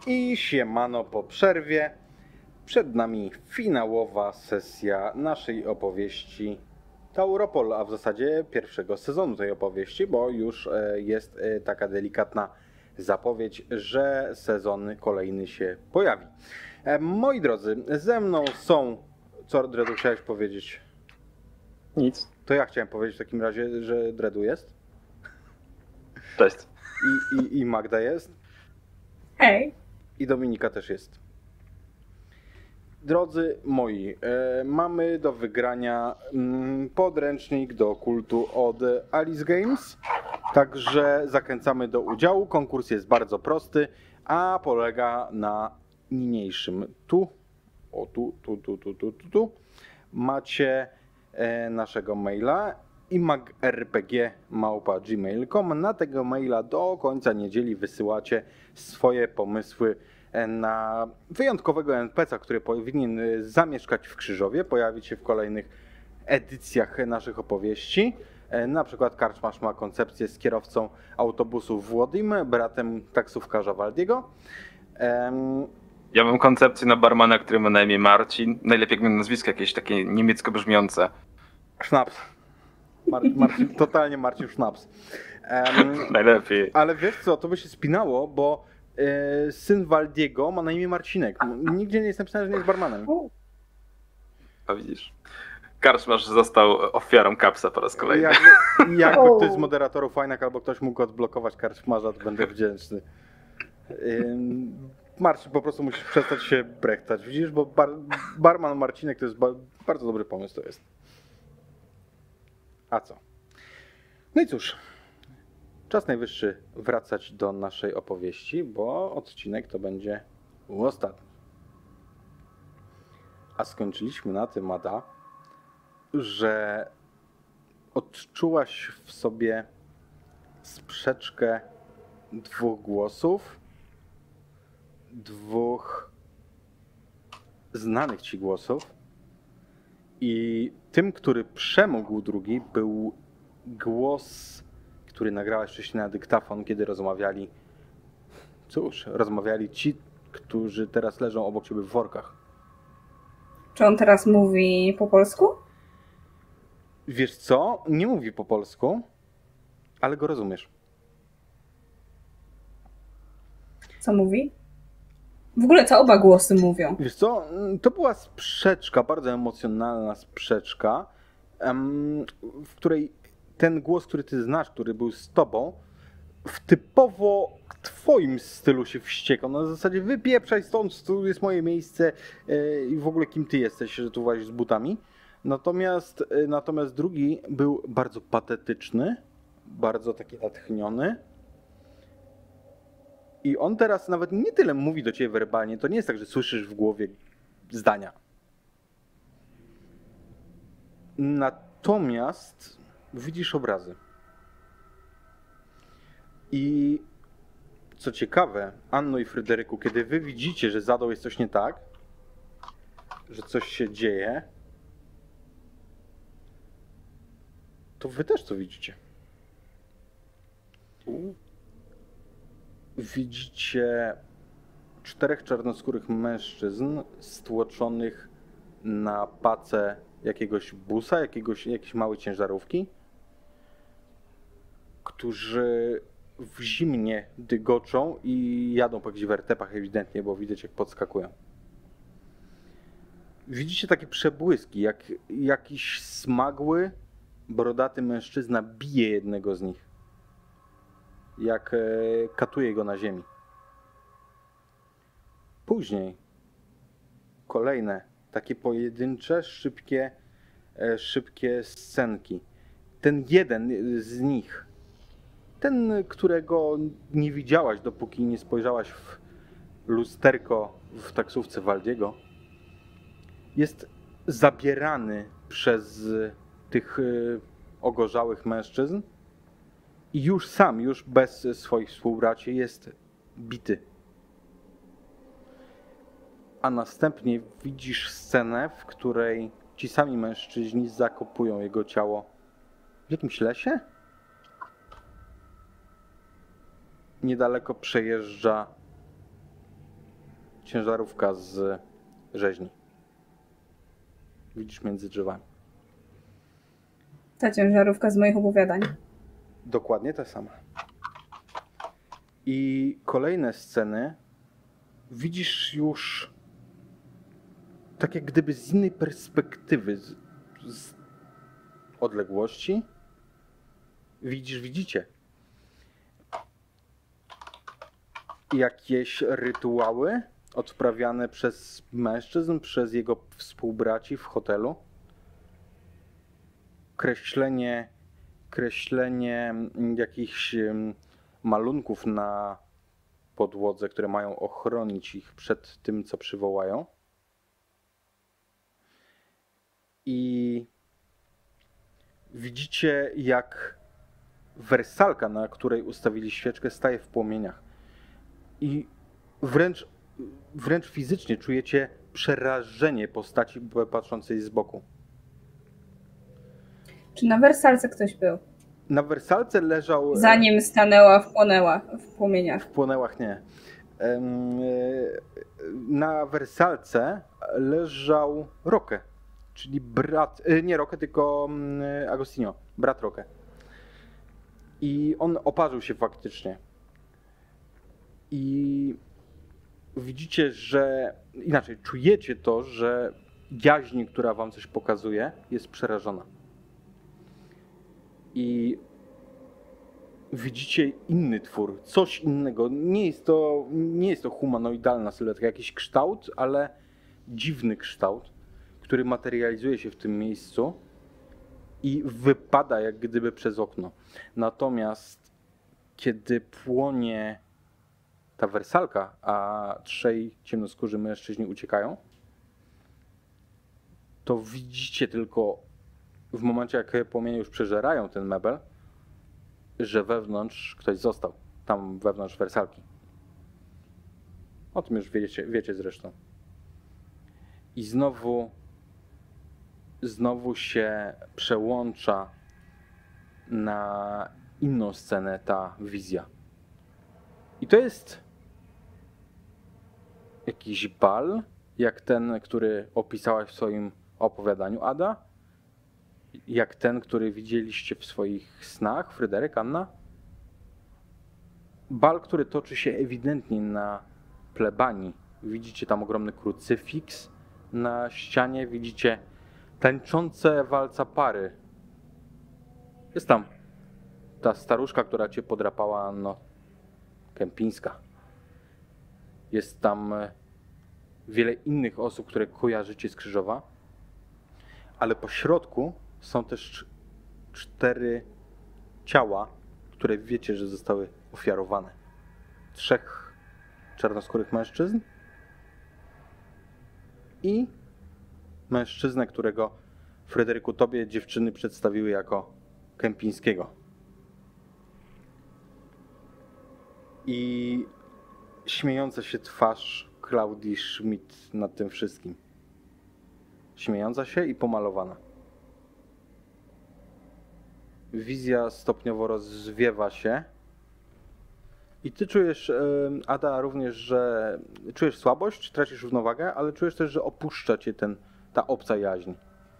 I siemano po przerwie. Przed nami finałowa sesja naszej opowieści Tauropol, a w zasadzie pierwszego sezonu tej opowieści, bo już jest taka delikatna zapowiedź, że sezon kolejny się pojawi. Moi drodzy, ze mną są... Co, Dredu, chciałeś powiedzieć? Nic. To ja chciałem powiedzieć w takim razie, że Dredu jest. Cześć. I Magda jest. Hej. I Dominika też jest. Drodzy moi, mamy do wygrania podręcznik do kultu od Alice Games, także zachęcamy do udziału. Konkurs jest bardzo prosty, a polega na niniejszym. Tu macie naszego maila imag.rpg@gmail.com. Na tego maila do końca niedzieli wysyłacie swoje pomysły na wyjątkowego NPC-a, który powinien zamieszkać w Krzyżowie, pojawić się w kolejnych edycjach naszych opowieści. Na przykład Karczmasz ma koncepcję z kierowcą autobusu Włodim, bratem taksówkarza Waldiego. Ja mam koncepcję na barmana, który ma na imię Marcin. Najlepiej jak miał nazwisko jakieś takie niemiecko brzmiące. Schnaps. Totalnie Marcin Schnaps. Najlepiej. Ale wiesz co, to by się spinało, bo syn Waldiego ma na imię Marcinek. Nigdzie nie jest napisane, że nie jest barmanem. A widzisz. Karczmasz został ofiarą Kapsa po raz kolejny. Jakby ktoś z moderatorów Fajnak albo ktoś mógł odblokować Karczmarza, to będę wdzięczny. Marcin, po prostu musisz przestać się brechtać, widzisz? Bo barman Marcinek to jest bardzo dobry pomysł, to jest. A co? No i cóż, czas najwyższy wracać do naszej opowieści, bo odcinek to będzie ostatni. A skończyliśmy na tym, Ada, że odczułaś w sobie sprzeczkę dwóch głosów, dwóch znanych ci głosów i tym, który przemógł drugi, był głos, który nagrałaś wcześniej na dyktafon, kiedy rozmawiali ci, którzy teraz leżą obok ciebie w workach. Czy on teraz mówi po polsku? Wiesz co? Nie mówi po polsku, ale go rozumiesz. Co mówi? W ogóle co oba głosy mówią? Wiesz co? To była sprzeczka, bardzo emocjonalna sprzeczka, w której ten głos, który ty znasz, który był z tobą, w typowo twoim stylu się wściekał. Na zasadzie wypieprzaj stąd, tu jest moje miejsce i w ogóle kim ty jesteś, że tu włazisz z butami. Natomiast drugi był bardzo patetyczny, bardzo taki natchniony. I on teraz nawet nie tyle mówi do ciebie werbalnie, to nie jest tak, że słyszysz w głowie zdania. Natomiast widzisz obrazy. I co ciekawe, Anno i Fryderyku, kiedy wy widzicie, że za Adą jest coś nie tak, że coś się dzieje, to wy też to widzicie. Widzicie 4 czarnoskórych mężczyzn stłoczonych na pacę jakiegoś busa, jakiejś małej ciężarówki, którzy w zimnie dygoczą i jadą po jakichś wertepach ewidentnie, bo widać jak podskakują. Widzicie takie przebłyski, jak jakiś smagły, brodaty mężczyzna bije jednego z nich. Jak katuje go na ziemi. Później kolejne takie pojedyncze, szybkie scenki. Ten jeden z nich, ten, którego nie widziałaś, dopóki nie spojrzałaś w lusterko w taksówce Waldiego, jest zabierany przez tych ogorzałych mężczyzn i już bez swoich współbraci jest bity. A następnie widzisz scenę, w której ci sami mężczyźni zakopują jego ciało w jakimś lesie? Niedaleko przejeżdża ciężarówka z rzeźni. Widzisz między drzewami. Ta ciężarówka z moich opowiadań. Dokładnie ta sama. I kolejne sceny widzisz już tak jak gdyby z innej perspektywy, z odległości. Widzicie jakieś rytuały odprawiane przez mężczyzn, przez jego współbraci w hotelu. Kreślenie jakichś malunków na podłodze, które mają ochronić ich przed tym, co przywołają. I widzicie, jak wersalka, na której ustawili świeczkę, staje w płomieniach. I wręcz fizycznie czujecie przerażenie postaci patrzącej z boku. Czy na wersalce ktoś był? Na wersalce leżał... Zanim stanęła, wpłonęła w płomieniach. W płonęłach nie. Na wersalce leżał Roque, czyli brat... Nie Roque, tylko Agostinho, brat Roque. I on oparzył się faktycznie. I widzicie, że... Inaczej, czujecie to, że jaźń, która wam coś pokazuje, jest przerażona. I widzicie inny twór, coś innego. Nie jest to humanoidalna sylwetka, jakiś kształt, ale dziwny kształt, który materializuje się w tym miejscu i wypada jak gdyby przez okno. Natomiast kiedy płonie ta wersalka, a trzej ciemnoskórzy mężczyźni uciekają, to widzicie tylko w momencie, jak płomienie już przeżerają ten mebel, że wewnątrz ktoś został. Tam wewnątrz wersalki. O tym już wiecie zresztą. I znowu się przełącza na inną scenę ta wizja. I to jest jakiś bal, jak ten, który opisałaś w swoim opowiadaniu, Ada? Jak ten, który widzieliście w swoich snach, Fryderyk, Anna? Bal, który toczy się ewidentnie na plebanii. Widzicie tam ogromny krucyfiks na ścianie, widzicie tańczące walca-pary. Jest tam ta staruszka, która cię podrapała, Kępińska. Jest tam wiele innych osób, które kojarzycie z Krzyżowa, ale po środku są też 4 ciała, które wiecie, że zostały ofiarowane. 3 czarnoskórych mężczyzn i mężczyznę, którego, Fryderyku, tobie dziewczyny przedstawiły jako Kępińskiego. I śmiejąca się twarz Klaudii Schmidt nad tym wszystkim. Śmiejąca się i pomalowana. Wizja stopniowo rozwiewa się. I ty czujesz, Ada, również, że czujesz słabość, tracisz równowagę, ale czujesz też, że opuszcza cię ta obca jaźń.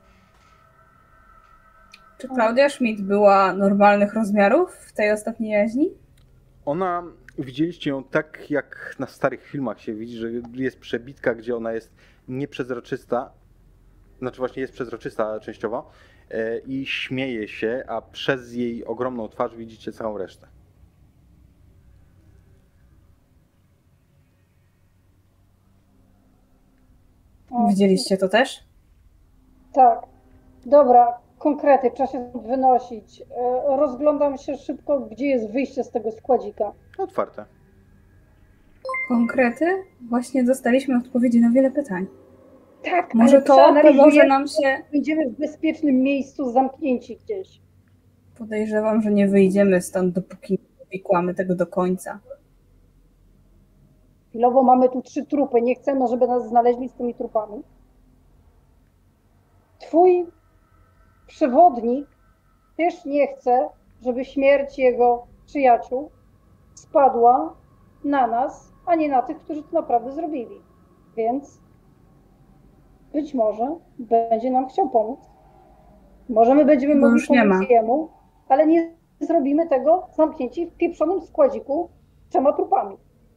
Czy Klaudia Schmidt była normalnych rozmiarów w tej ostatniej jaźni? Ona, widzieliście ją tak, jak na starych filmach się widzi, że jest przebitka, gdzie ona jest nieprzezroczysta, znaczy właśnie jest przezroczysta częściowo i śmieje się, a przez jej ogromną twarz widzicie całą resztę. Widzieliście to też? Tak. Dobra, konkrety, trzeba się wynosić. Rozglądam się szybko, gdzie jest wyjście z tego składzika. Otwarte. Konkrety? Właśnie dostaliśmy odpowiedzi na wiele pytań. Tak, Może ale to pomoże nam się... Będziemy w bezpiecznym miejscu, zamknięci gdzieś. Podejrzewam, że nie wyjdziemy stąd, dopóki nie wykłamy tego do końca. Chwilowo mamy tu 3 trupy. Nie chcemy, żeby nas znaleźli z tymi trupami. Twój przewodnik też nie chce, żeby śmierć jego przyjaciół spadła na nas, a nie na tych, którzy to naprawdę zrobili. więc być może będzie nam chciał pomóc. Może my będziemy Bo mogli już nie ma. pomóc jemu, ale nie zrobimy tego zamknięci w pieprzonym składziku 3 trupami.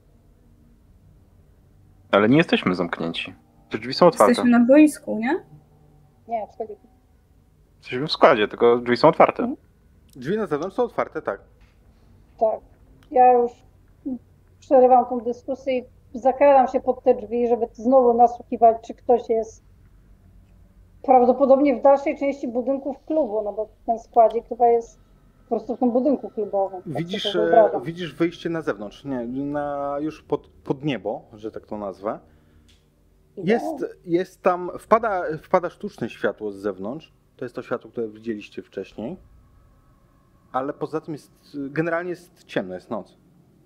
Ale nie jesteśmy zamknięci. Te drzwi są otwarte. Jesteśmy na boisku, nie? Nie, w składziku. Jesteśmy w składzie, tylko drzwi są otwarte. Drzwi na zewnątrz są otwarte, tak. Tak. Ja już przerywam tą dyskusję i zakradam się pod te drzwi, żeby znowu nasłuchiwać, czy ktoś jest prawdopodobnie w dalszej części budynków klubu, no bo ten składzik chyba jest po prostu w tym budynku klubowym. Tak Widzisz wyjście na zewnątrz, nie, już pod niebo, że tak to nazwę. Jest tam, wpada sztuczne światło z zewnątrz. To jest to światło, które widzieliście wcześniej. Ale poza tym generalnie jest ciemno, jest noc.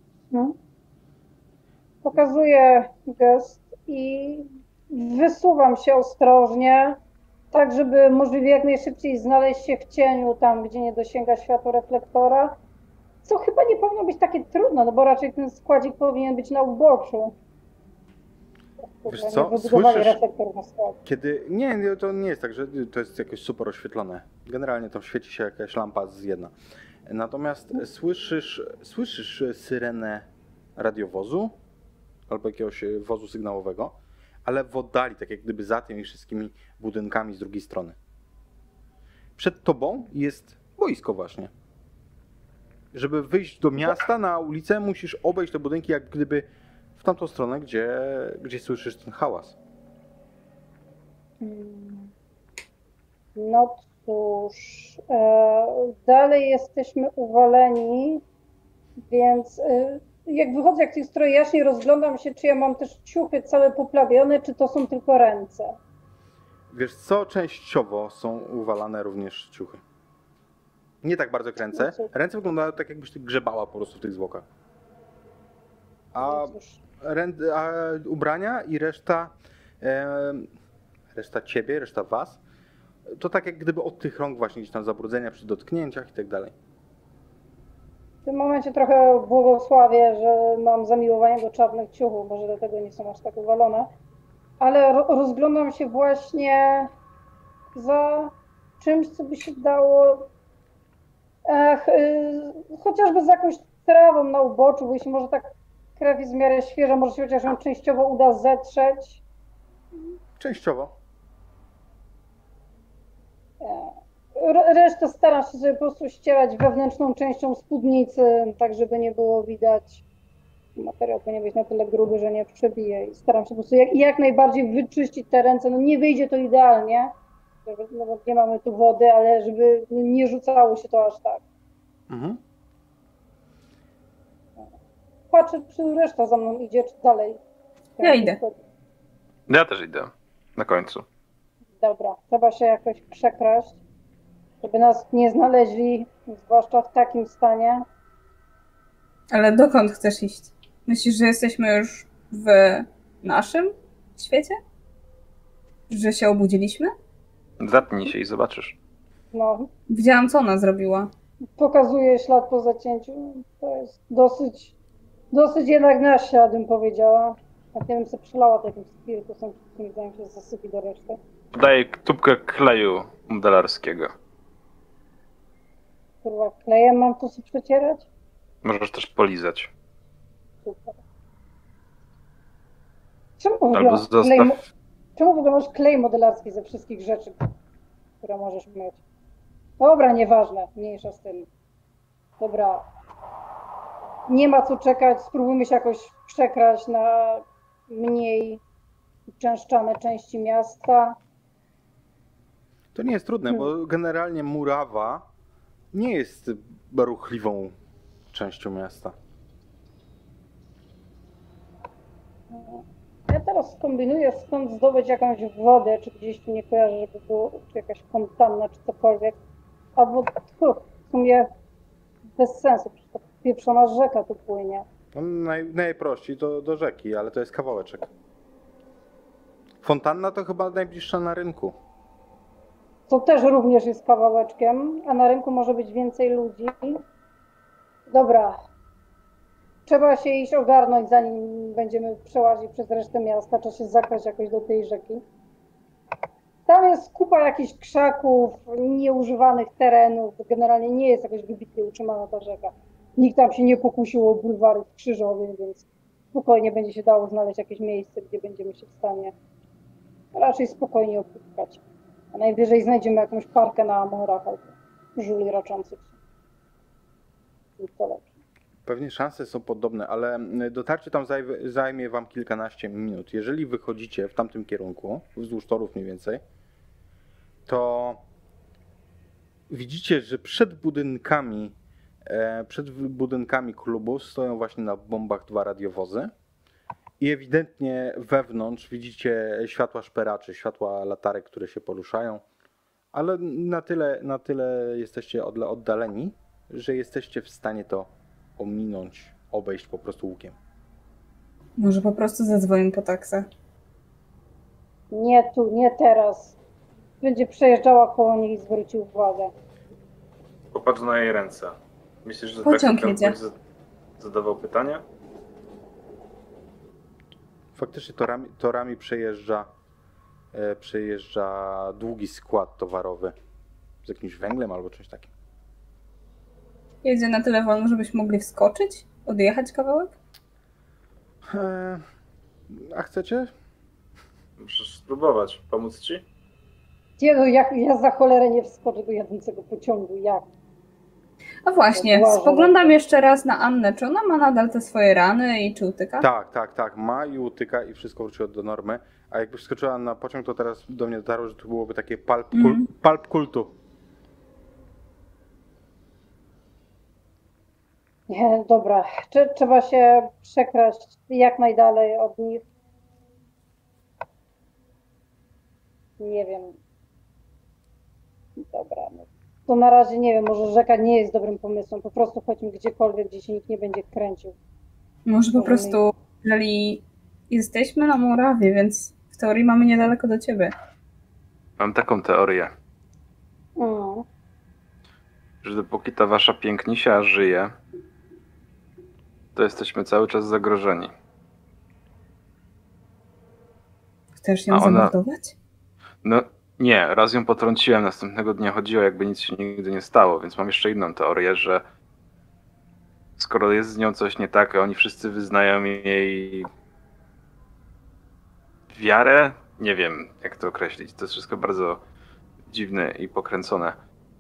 Pokazuję gest i wysuwam się ostrożnie, tak żeby możliwie jak najszybciej znaleźć się w cieniu, tam gdzie nie dosięga światło reflektora. Co chyba nie powinno być takie trudne, no bo raczej ten składzik powinien być na uboczu. Wiesz co, Nie, to nie jest tak, że to jest jakoś super oświetlone. Generalnie tam świeci się jakaś lampa z jedna. Natomiast słyszysz syrenę radiowozu albo jakiegoś wozu sygnałowego, ale w oddali, tak jak gdyby za tymi wszystkimi budynkami z drugiej strony. Przed tobą jest boisko właśnie. Żeby wyjść do miasta na ulicę, musisz obejść te budynki jak gdyby w tamtą stronę, gdzie słyszysz ten hałas. No cóż, dalej jesteśmy uwaleni, więc jak wychodzę, jak tych stroi jaśniej, rozglądam się, czy ja mam też ciuchy całe poplawione, czy to są tylko ręce. Wiesz co, częściowo są uwalane również ciuchy. Nie tak bardzo jak ręce. Ręce wyglądają tak, jakbyś ty grzebała po prostu w tych zwłokach. A ubrania i reszta ciebie, reszta was, to tak jak gdyby od tych rąk właśnie gdzieś tam zabrudzenia przy dotknięciach i tak dalej. W tym momencie trochę błogosławię, że mam zamiłowanie do czarnych ciuchów, może dlatego nie są aż tak uwalone, ale rozglądam się właśnie za czymś, co by się dało chociażby z jakąś trawą na uboczu, bo jeśli może tak krew jest w miarę świeża, może się chociaż ją częściowo uda zetrzeć. Częściowo. Resztę staram się sobie po prostu ścierać wewnętrzną częścią spódnicy, tak żeby nie było widać. Materiał powinien być na tyle gruby, że nie przebije i staram się po prostu jak najbardziej wyczyścić te ręce. No nie wyjdzie to idealnie, no bo nie mamy tu wody, ale żeby nie rzucało się to aż tak. Mhm. Patrzę, czy reszta za mną idzie, czy dalej. Ja idę. Ja też idę. Na końcu. Dobra, trzeba się jakoś przekraść, żeby nas nie znaleźli, zwłaszcza w takim stanie. Ale dokąd chcesz iść? Myślisz, że jesteśmy już w naszym świecie? Że się obudziliśmy? Zatnij się i zobaczysz. No, Widziałam, co ona zrobiła. pokazuje ślad po zacięciu. To jest dosyć jednak nasze, bym powiedziała. Jak nie bym sobie przelała takim spirytusem, nie wydaje mi się, zasypi do reszty. Podaję tubkę kleju modelarskiego. Kurwa, klejem mam to sobie przecierać? Możesz też polizać. Super. Czemu w Albo zostaw. Czemu w ogóle masz klej modelarski ze wszystkich rzeczy, które możesz mieć? Dobra, nieważne, mniejsza z tym. Dobra. Nie ma co czekać, spróbujmy się jakoś przekraść na mniej uczęszczane części miasta. To nie jest trudne, bo generalnie murawa nie jest ruchliwą częścią miasta. Ja teraz kombinuję, skąd zdobyć jakąś wodę, czy gdzieś tu nie kojarzę, żeby było czy jakaś fontanna, czy cokolwiek. Albo w sumie bez sensu, przecież to pieprzona rzeka tu płynie. No, najprościej do rzeki, ale to jest kawałeczek. Fontanna to chyba najbliższa na rynku. To też również jest kawałeczkiem, a na rynku może być więcej ludzi. Dobra. trzeba się iść ogarnąć, zanim będziemy przełazić przez resztę miasta. Trzeba się zakraść jakoś do tej rzeki. Tam jest kupa jakichś krzaków, nieużywanych terenów. Generalnie nie jest jakoś wybitnie utrzymana ta rzeka. Nikt tam się nie pokusił o bulwary w Krzyżowie, więc spokojnie będzie się dało znaleźć jakieś miejsce, gdzie będziemy się w stanie raczej spokojnie opuszczać. A najwyżej znajdziemy jakąś parkę na Amorach albo żuli raczących się. I to lepiej. Pewnie szanse są podobne, ale dotarcie tam zajmie wam kilkanaście minut. Jeżeli wychodzicie w tamtym kierunku, wzdłuż torów mniej więcej, to widzicie, że przed budynkami klubu stoją właśnie na bombach 2 radiowozy i ewidentnie wewnątrz widzicie światła szperaczy, światła latarek, które się poruszają, ale na tyle jesteście oddaleni, że jesteście w stanie to ominąć, obejść po prostu łukiem. Może po prostu zadzwonię po taksę. Nie tu, nie teraz. Będzie przejeżdżała koło niej i zwrócił uwagę. Popatrz na jej ręce. Myślisz, że Pociąg tak jedzie. zadawał pytania? Faktycznie torami przejeżdża długi skład towarowy z jakimś węglem albo czymś takim. Jedzie na tyle wolno, żebyśmy mogli wskoczyć? Odjechać kawałek? A chcecie? Możesz spróbować. Pomóc ci? Nie no, ja za cholerę nie wskoczę do jadącego pociągu, jak? A właśnie, spoglądam jeszcze raz na Annę. Czy ona ma nadal te swoje rany i czy utyka? Tak. Ma i utyka i wszystko wróciło do normy. A jakbyś wskoczyła na pociąg, to teraz do mnie dotarło, że to byłoby takie palp kultu. Nie, dobra. Trzeba się przekraść jak najdalej od nich. Nie wiem. Dobra, no. To na razie nie wiem, może rzeka nie jest dobrym pomysłem. Po prostu chodźmy gdziekolwiek, gdzie się nikt nie będzie kręcił. Może po prostu, jeżeli jesteśmy na Morawie, więc w teorii mamy niedaleko do ciebie. Mam taką teorię, że dopóki ta wasza pięknisia żyje, to jesteśmy cały czas zagrożeni. Chcesz ją zamordować? No nie, raz ją potrąciłem, następnego dnia chodziło, jakby nic się nigdy nie stało, więc mam jeszcze inną teorię, że skoro jest z nią coś nie tak, a oni wszyscy wyznają jej wiarę, nie wiem jak to określić, to jest wszystko bardzo dziwne i pokręcone.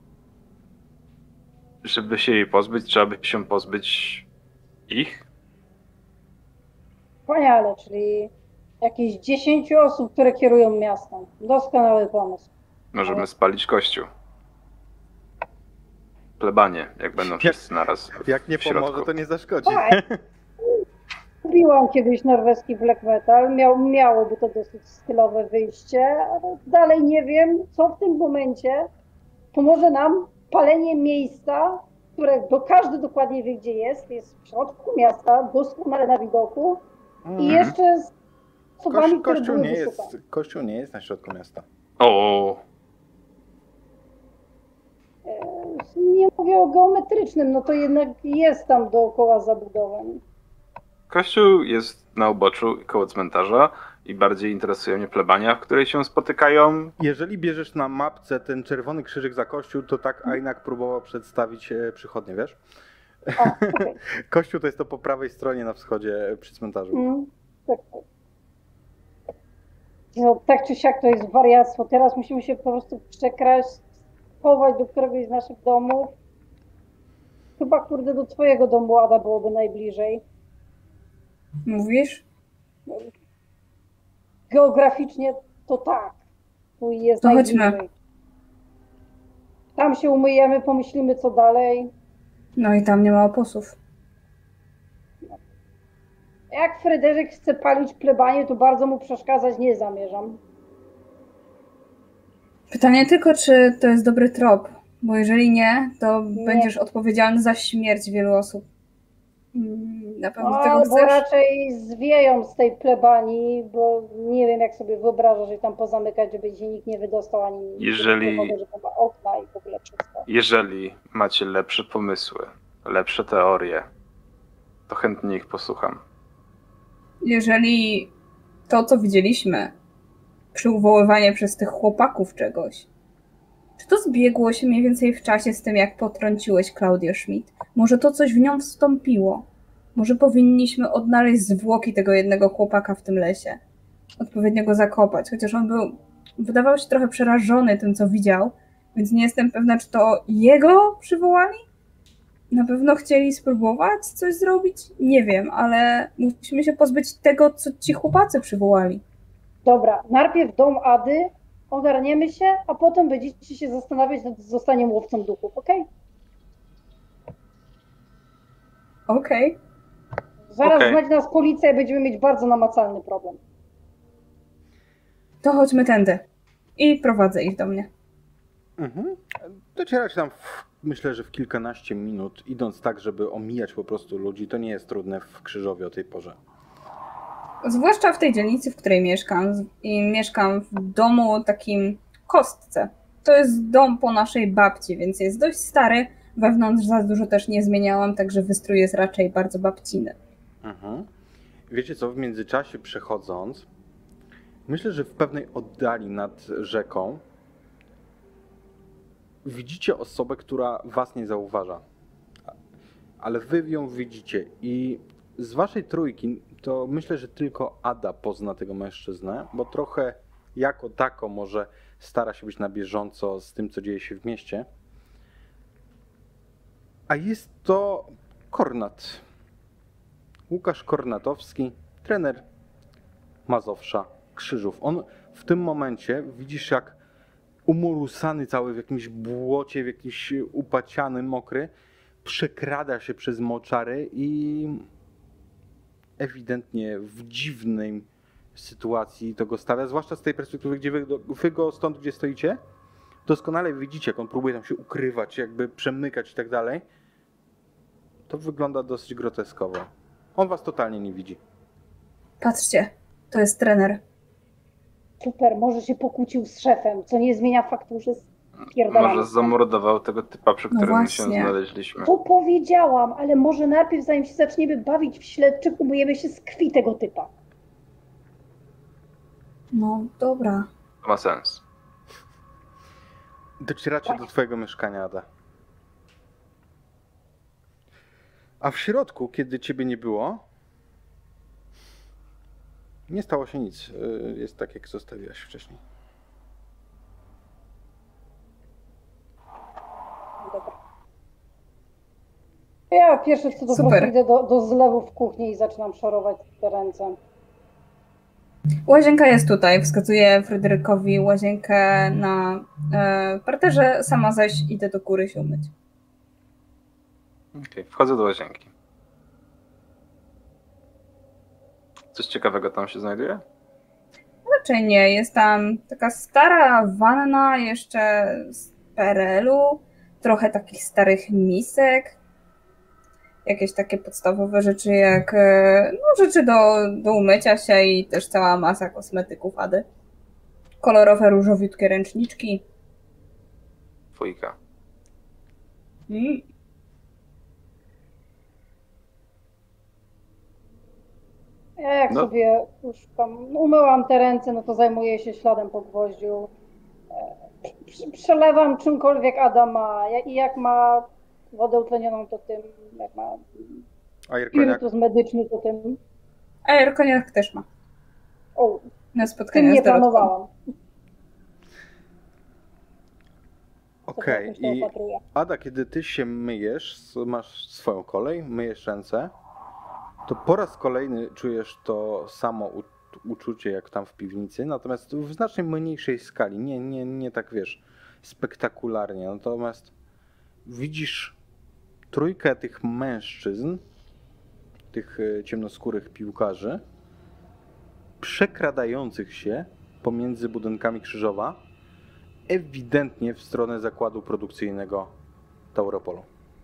Żeby się jej pozbyć, trzeba by się pozbyć ich? Wspaniale, czyli jakieś 10 osób, które kierują miastem. Doskonały pomysł. Możemy spalić kościół. Plebanie, jak będą wszyscy naraz Jak nie w środku. pomoże, to nie zaszkodzi. Lubiłam kiedyś norweski black metal. Miałoby to dosyć stylowe wyjście, ale dalej nie wiem, co w tym momencie pomoże nam palenie miejsca, którego każdy dokładnie wie, gdzie jest. Jest w środku miasta, doskonale na widoku i jeszcze z osobami, które były wysoko. Kościół nie jest na środku miasta. O. Nie mówię o geometrycznym, no to jednak jest tam dookoła zabudowań. Kościół jest na uboczu koło cmentarza i bardziej interesują mnie plebania, w której się spotykają. Jeżeli bierzesz na mapce ten czerwony krzyżyk za kościół, to tak Ainak próbował przedstawić przychodnię, wiesz? Okay. Kościół to jest to po prawej stronie na wschodzie przy cmentarzu. Tak. No, tak czy siak to jest wariactwo. Teraz musimy się po prostu przekraść, chować do któregoś z naszych domów. Chyba, kurde, do twojego domu, Ada, byłoby najbliżej. Mówisz? Geograficznie to tak. Tu jest to najbliżej. Chodźmy. Tam się umyjemy, pomyślimy co dalej. No i tam nie ma opusów. Jak Fryderyk chce palić plebanie, to bardzo mu przeszkadzać nie zamierzam. Pytanie tylko, czy to jest dobry trop, bo jeżeli nie, to będziesz odpowiedzialny za śmierć wielu osób. Na pewno tego chcesz? Bo raczej zwieją z tej plebanii, bo nie wiem, jak sobie wyobrażasz, że tam pozamykać, żeby się nikt nie wydostał, ani Jeżeli, że tam ma okna i w ogóle wszystko. Jeżeli macie lepsze pomysły, lepsze teorie, to chętnie ich posłucham. Jeżeli to, co widzieliśmy, przywoływanie przez tych chłopaków czegoś, czy to zbiegło się mniej więcej w czasie z tym, jak potrąciłeś Klaudię Schmidt? Może to coś w nią wstąpiło? Może powinniśmy odnaleźć zwłoki tego jednego chłopaka w tym lesie? Odpowiednio go zakopać, chociaż on wydawał się trochę przerażony tym, co widział, więc nie jestem pewna, czy to jego przywołali? Na pewno chcieli spróbować coś zrobić? Nie wiem, ale musimy się pozbyć tego, co ci chłopacy przywołali. Dobra, najpierw dom Ady, ogarniemy się, a potem będziecie się zastanawiać nad zostaniem łowcą duchów, okej? Okej. Zaraz Okej. znajdzie nas policja i będziemy mieć bardzo namacalny problem. To chodźmy tędy. I prowadzę ich do mnie. Docieracie tam, myślę, że w kilkanaście minut, idąc tak, żeby omijać po prostu ludzi. To nie jest trudne w Krzyżowie o tej porze. Zwłaszcza w tej dzielnicy, w której mieszkam. I mieszkam w domu takim kostce. To jest dom po naszej babci, więc jest dość stary. Wewnątrz za dużo też nie zmieniałam, także wystrój jest raczej bardzo babciny. Wiecie co, w międzyczasie przechodząc, myślę, że w pewnej oddali nad rzeką widzicie osobę, która was nie zauważa. Ale wy ją widzicie i z waszej trójki to myślę, że tylko Ada pozna tego mężczyznę, bo trochę jako tako może stara się być na bieżąco z tym, co dzieje się w mieście. A jest to Kornat. Łukasz Kornatowski, trener Mazowsza Krzyżów. On w tym momencie, widzisz jak umurusany cały w jakimś błocie, w jakiś upaciany, mokry, przekrada się przez moczary i ewidentnie w dziwnej sytuacji to go stawia, zwłaszcza z tej perspektywy, gdzie wy go stąd, gdzie stoicie, doskonale widzicie, jak on próbuje tam się ukrywać, jakby przemykać i tak dalej. To wygląda dosyć groteskowo. On was totalnie nie widzi. Patrzcie, to jest trener. Super, może się pokłócił z szefem, co nie zmienia faktu, że spierdalamy. Może zamordował tego typa, przy No którym się właśnie. znaleźliśmy. To powiedziałam, ale może najpierw, zanim się zaczniemy bawić w śledczych, umyjemy się z krwi tego typa. No dobra. To ma sens. Docieracie do twojego mieszkania, Ada. A w środku, kiedy ciebie nie było, nie stało się nic. Jest tak, jak zostawiłaś wcześniej. Dobra. Ja pierwsze co to po Super. prostu idę do zlewu w kuchni i zaczynam szorować te ręce. Łazienka jest tutaj. Wskazuję Fryderykowi łazienkę na parterze. Sama zaś idę do góry się umyć. Okej, wchodzę do łazienki. Coś ciekawego tam się znajduje? Raczej nie. Jest tam taka stara wanna jeszcze z PRL-u. Trochę takich starych misek. Jakieś takie podstawowe rzeczy jak no, rzeczy do umycia się i też cała masa kosmetyków Ady. Kolorowe, różowiutkie ręczniczki. Dwójka. Ja jak No. sobie już tam umyłam te ręce, no to zajmuję się śladem po gwoździu. Przelewam czymkolwiek Ada ma. I jak ma wodę utlenioną, to tym. Jak ma A Irkoniak, spirytus medyczny, to tym. A Jarkoniak też ma. O, Na tym spotkanie nie z Dorotką. planowałam. okej. To jakoś to opatruję. Ada, kiedy ty się myjesz, masz swoją kolej, myjesz ręce, to po raz kolejny czujesz to samo uczucie jak tam w piwnicy, natomiast w znacznie mniejszej skali, nie tak wiesz, spektakularnie. Natomiast widzisz trójkę tych mężczyzn, tych ciemnoskórych piłkarzy, przekradających się pomiędzy budynkami Krzyżowa, ewidentnie w stronę zakładu produkcyjnego Tauropolu.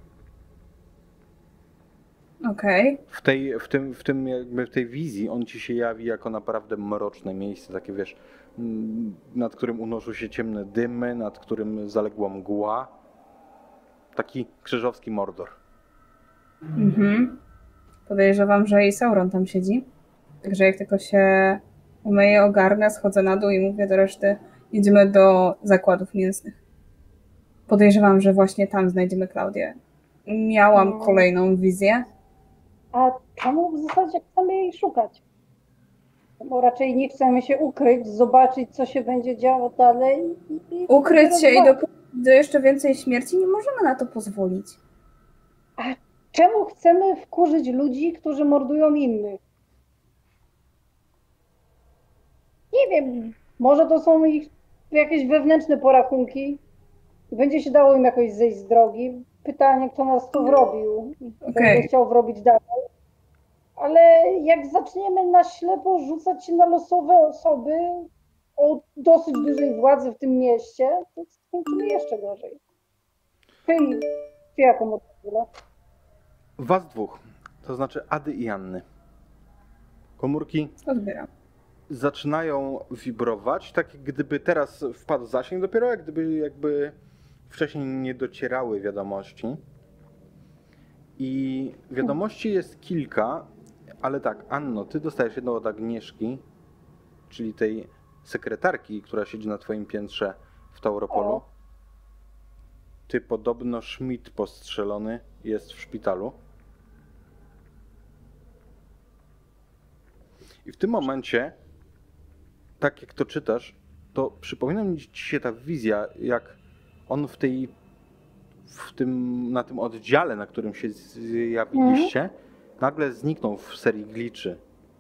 Okej. W tej wizji on ci się jawi jako naprawdę mroczne miejsce, takie wiesz, nad którym unoszą się ciemne dymy, nad którym zaległa mgła. Taki krzyżowski Mordor. Mhm. Podejrzewam, że i Sauron tam siedzi. Także jak tylko się umyję, ogarnę, schodzę na dół i mówię do reszty, idziemy do zakładów mięsnych. Podejrzewam, że właśnie tam znajdziemy Klaudię. Miałam kolejną wizję. A czemu w zasadzie chcemy jej szukać? Bo raczej nie chcemy się ukryć, zobaczyć, co się będzie działo dalej. Ukryć się i dopóki jeszcze więcej śmierci, nie możemy na to pozwolić. A czemu chcemy wkurzyć ludzi, którzy mordują innych? Nie wiem, może to są ich jakieś wewnętrzne porachunki. Będzie się dało im jakoś zejść z drogi. Pytanie, kto nas to wrobił. Będę chciał wrobić dalej. Ale jak zaczniemy na ślepo rzucać się na losowe osoby o dosyć dużej władzy w tym mieście, to skończymy jeszcze gorzej. Ty jaką odpowiedź? Was dwóch, to znaczy Ady i Anny. Komórki Odbieram. zaczynają wibrować, tak jak gdyby teraz wpadł zasięg dopiero, jak gdyby jakby wcześniej nie docierały wiadomości. I wiadomości jest kilka, ale tak, Anno, ty dostajesz jedną od Agnieszki, czyli tej sekretarki, która siedzi na twoim piętrze w Tauropolu. Ty podobno Schmidt postrzelony jest w szpitalu. I w tym momencie, tak jak to czytasz, to przypomina mi ci się ta wizja, jak on na tym oddziale, na którym się zjawiliście, nagle zniknął w serii gliczy.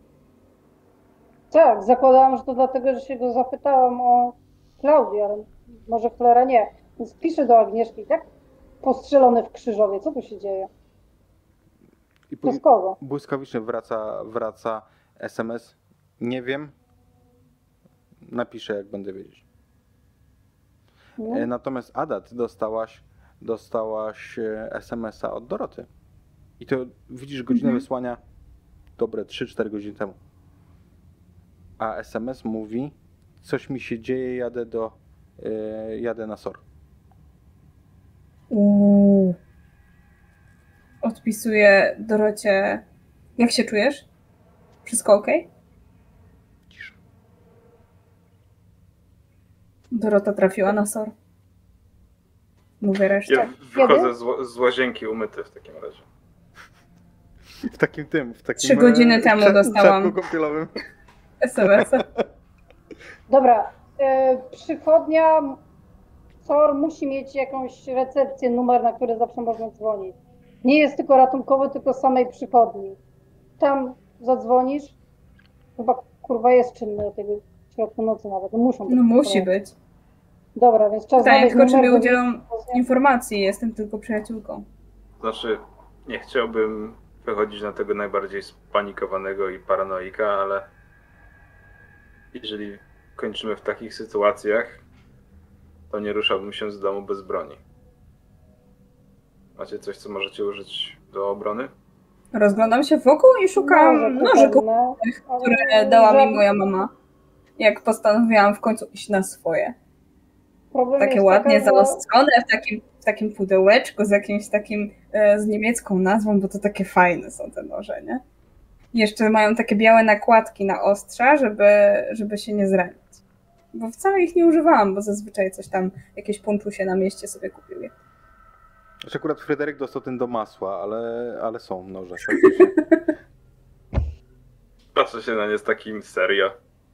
Tak, zakładałam, że to dlatego, że się go zapytałam o Klaudię, ale może cholera nie. Więc piszę do Agnieszki, tak? Postrzelony w Krzyżowie, co tu się dzieje? I To z kogo? błyskawicznie wraca SMS. Nie wiem. Napiszę, jak będę wiedzieć. Natomiast Ada, ty dostałaś SMS-a od Doroty. I to widzisz godzinę wysłania dobre 3-4 godziny temu. A SMS mówi, coś mi się dzieje, jadę na SOR. Odpisuję Dorocie. Jak się czujesz? Wszystko ok? Cisza. Dorota trafiła na SOR. Mówię resztę. Ja wychodzę z łazienki umyty w takim razie. W takim 3 godziny temu dostałam kąpielowym SMS-a. Dobra, przychodnia SOR musi mieć jakąś recepcję, numer, na który zawsze można dzwonić. Nie jest tylko ratunkowy, tylko samej przychodni. Tam zadzwonisz, chyba kurwa jest czynny do tego środku nocy nawet, no muszą być. No musi być. Dobra, więc czas Pytanie znaleźć tylko, czy mi numer, udzielą informacji, jestem tylko przyjaciółką. Znaczy, nie chciałbym wychodzić na tego najbardziej spanikowanego i paranoika, ale jeżeli kończymy w takich sytuacjach, to nie ruszałbym się z domu bez broni. Macie coś, co możecie użyć do obrony? Rozglądam się wokół i szukam nożyków, które dała mi moja mama. Jak postanowiłam w końcu iść na swoje. Takie ładnie zaostrzone, w takim pudełeczku z jakimś takim, z niemiecką nazwą, bo to takie fajne są te noże, nie? Jeszcze mają takie białe nakładki na ostrza, żeby się nie zranić. Bo wcale ich nie używałam, bo zazwyczaj coś tam, jakieś ponczusie na mieście sobie kupiły. Znaczy akurat Fryderyk dostał ten do masła, ale są noże. Patrzę się na nie z takim serio.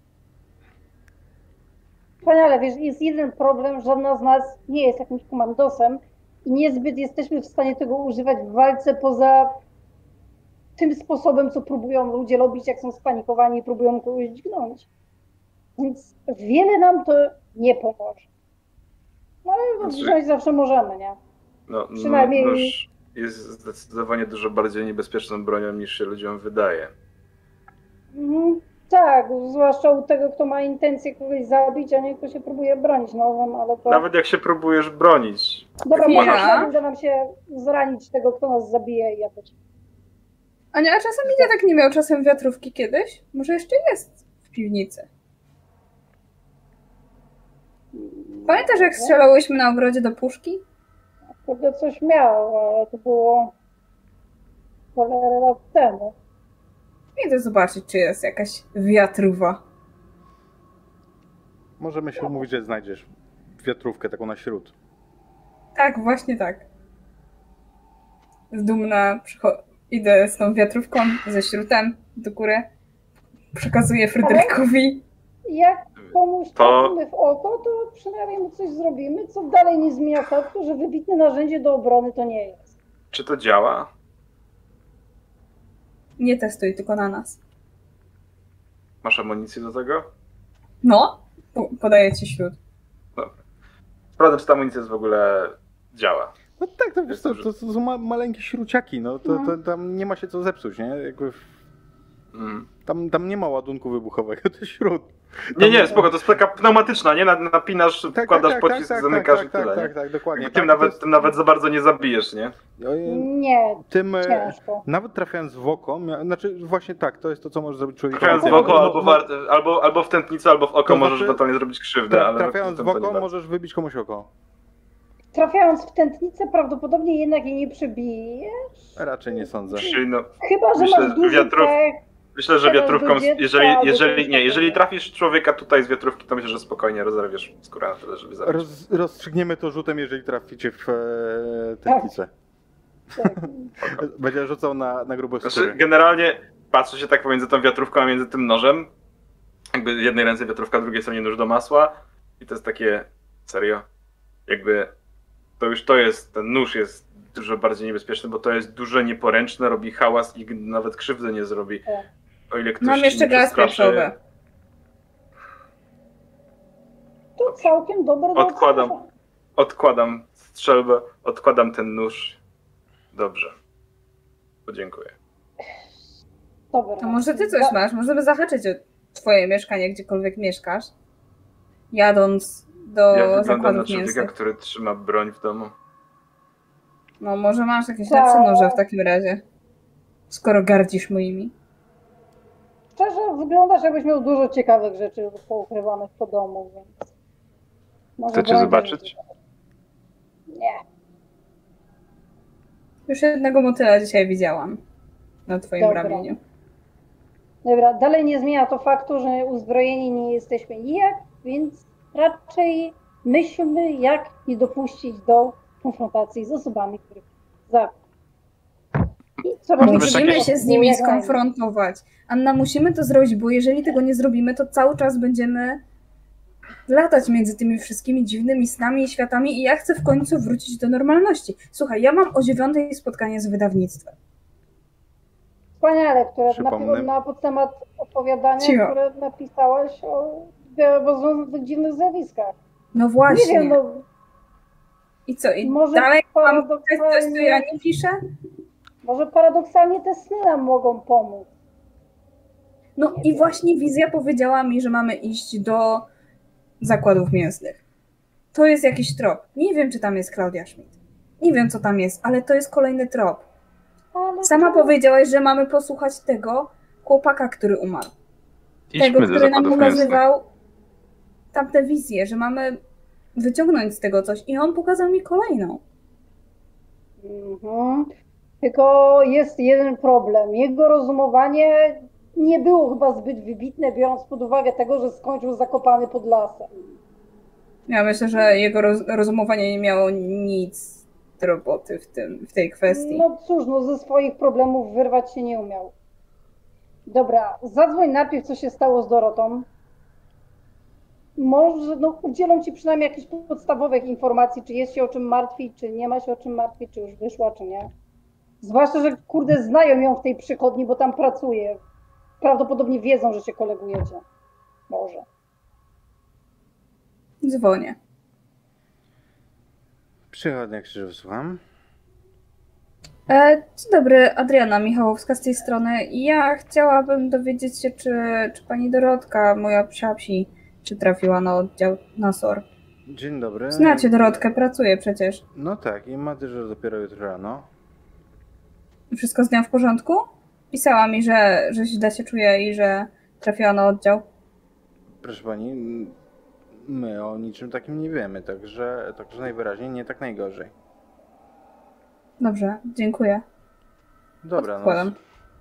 Wspaniale, wiesz, jest jeden problem, żadna z nas nie jest jakimś komandosem i niezbyt jesteśmy w stanie tego używać w walce poza tym sposobem, co próbują ludzie robić, jak są spanikowani i próbują kogoś dźgnąć. Więc wiele nam to nie pomoże. No ale wziąć zawsze możemy, nie? No, przynajmniej... nóż jest zdecydowanie dużo bardziej niebezpieczną bronią, niż się ludziom wydaje. Tak, zwłaszcza u tego, kto ma intencję kogoś zabić, a nie kto się próbuje bronić nożem, ale to... Nawet jak się próbujesz bronić. Dobra, może uda nam się zranić tego, kto nas zabije i jakoś... Ania, a czasem Idę tak nie miał czasem wiatrówki kiedyś? Może jeszcze jest w piwnicy? Pamiętasz, jak strzelałyśmy na ogrodzie do puszki? Kurde, coś miał, ale to było cholerę lat temu. Idę zobaczyć, czy jest jakaś wiatruwa. Możemy się umówić, że znajdziesz wiatrówkę taką na śród. Tak, właśnie tak. Dumna idę z tą wiatrówką, ze śrutem do góry. Przekazuję Fryderykowi. Jak komuś To- trafimy w oko, to przynajmniej mu coś zrobimy, co dalej nie zmienia faktu, że wybitne narzędzie do obrony to nie jest. Czy to działa? Nie testuj, tylko na nas. Masz amunicję do tego? No, podaję ci śród. Sprawdzę, czy ta amunicja jest w ogóle działa. No tak, to, wiesz, to są maleńkie śruciaki, no to tam nie ma się co zepsuć, nie? Jakby tam nie ma ładunku wybuchowego, to śrut. Nie, spoko, to jest taka pneumatyczna, nie? Napinasz, wkładasz pocisk, zamykasz i tyle. Tak, dokładnie. Tym tym nawet za bardzo nie zabijesz, nie? Nie, Tym ciężko. nawet trafiając w oko, znaczy właśnie tak, to jest to, co może zrobić człowiek. Trafiając w oko albo w tętnicę, albo w oko To znaczy, możesz totalnie zrobić krzywdę, ale trafiając w to nie oko bardzo. możesz wybić komuś oko. Trafiając w tętnicę prawdopodobnie jednak jej nie przebije. Raczej nie sądzę. Czyli no, Chyba, że Myślę, masz duży wiatrów- pech. myślę, że Teraz wiatrówką, do dziecka albo jeżeli coś trafisz człowieka tutaj z wiatrówki, to myślę, że spokojnie rozerwiesz skórę na tyle, żeby zabić. Rozstrzygniemy to rzutem, jeżeli traficie w tętnicę. Tak. Będzie rzucał na grube Znaczy, skóry. generalnie patrzy się tak pomiędzy tą wiatrówką, a między tym nożem. Jakby w jednej ręce wiatrówka, w drugiej stronie nóż do masła. I to jest takie, serio, jakby ten nóż jest dużo bardziej niebezpieczny, bo to jest duże, nieporęczne, robi hałas i nawet krzywdy nie zrobi. O ile ktoś Mam jeszcze nie gaz przeskoczy. pieprzowy. To całkiem dobre do Odkładam. odskoczenia. Odkładam strzelbę, odkładam ten nóż. Dobrze. Podziękuję. Dobra. A może ty coś masz? Możemy zahaczyć o twoje mieszkanie, gdziekolwiek mieszkasz. Jadąc do Ja wyglądam na zakładów człowieka, mięsnych. który trzyma broń w domu. No może masz jakieś Tak. lepsze noże w takim razie. Skoro gardzisz moimi. Szczerze, wyglądasz jakbyś miał dużo ciekawych rzeczy poukrywanych po domu, więc... Może Chcecie broń zobaczyć? też- Nie. Już jednego motyla dzisiaj widziałam. Na twoim Dobra. ramieniu. Dobra, dalej nie zmienia to faktu, że uzbrojeni nie jesteśmy nijak, więc raczej myślmy, jak nie dopuścić do konfrontacji z osobami, których za. I trzeba Może Musimy jakieś- się z nimi jak najmniej. skonfrontować. Anna, musimy to zrobić, bo jeżeli tego nie zrobimy, to cały czas będziemy latać między tymi wszystkimi dziwnymi snami i światami i ja chcę w końcu wrócić do normalności. Słuchaj, ja mam o 9:00 spotkanie z wydawnictwem. Wspaniale, które Przypomnę. na temat opowiadania, Cicho. które napisałaś o tych dziwnych zjawiskach. No Nie właśnie. wiem, no I co? I może dalej mam coś, co ja paradoksalnie, nie piszę? może paradoksalnie te sny nam mogą pomóc. No i właśnie wizja powiedziała mi, że mamy iść do zakładów mięsnych. To jest jakiś trop. Nie wiem, czy tam jest Klaudia Schmidt. Nie wiem, co tam jest, ale to jest kolejny trop. Ale Sama to- powiedziałaś, że mamy posłuchać tego chłopaka, który umarł. Tego, Idźmy do który nam zakładów mięsnych. pokazywał tamte wizje, że mamy wyciągnąć z tego coś i on pokazał mi kolejną. Mhm. Tylko jest jeden problem. Jego rozumowanie nie było chyba zbyt wybitne, biorąc pod uwagę tego, że skończył zakopany pod lasem. Ja myślę, że jego rozumowanie nie miało nic do roboty w tej kwestii. No cóż, no ze swoich problemów wyrwać się nie umiał. Dobra, zadzwoń najpierw, co się stało z Dorotą. Może udzielą ci przynajmniej jakichś podstawowych informacji, czy jest się o czym martwić, czy nie ma się o czym martwić, czy już wyszła, czy nie. Zwłaszcza, że kurde znają ją w tej przychodni, bo tam pracuje. Prawdopodobnie wiedzą, że się kolegujecie. Może. Dzwonię. Przychodnia Krzyżów, słucham. Dzień dobry, Adriana Michałowska z tej strony. Ja chciałabym dowiedzieć się, czy pani Dorotka, moja psiapsi, czy trafiła na oddział na SOR. Dzień dobry. Znacie Dorotkę, pracuje przecież. No tak, i ma dyżur dopiero jutro rano. Wszystko z nią w porządku? Pisała mi, że źle się czuje i że trafiła na oddział. Proszę pani, my o niczym takim nie wiemy, także najwyraźniej nie tak najgorzej. Dobrze, dziękuję. Dobra, no. Odkładam.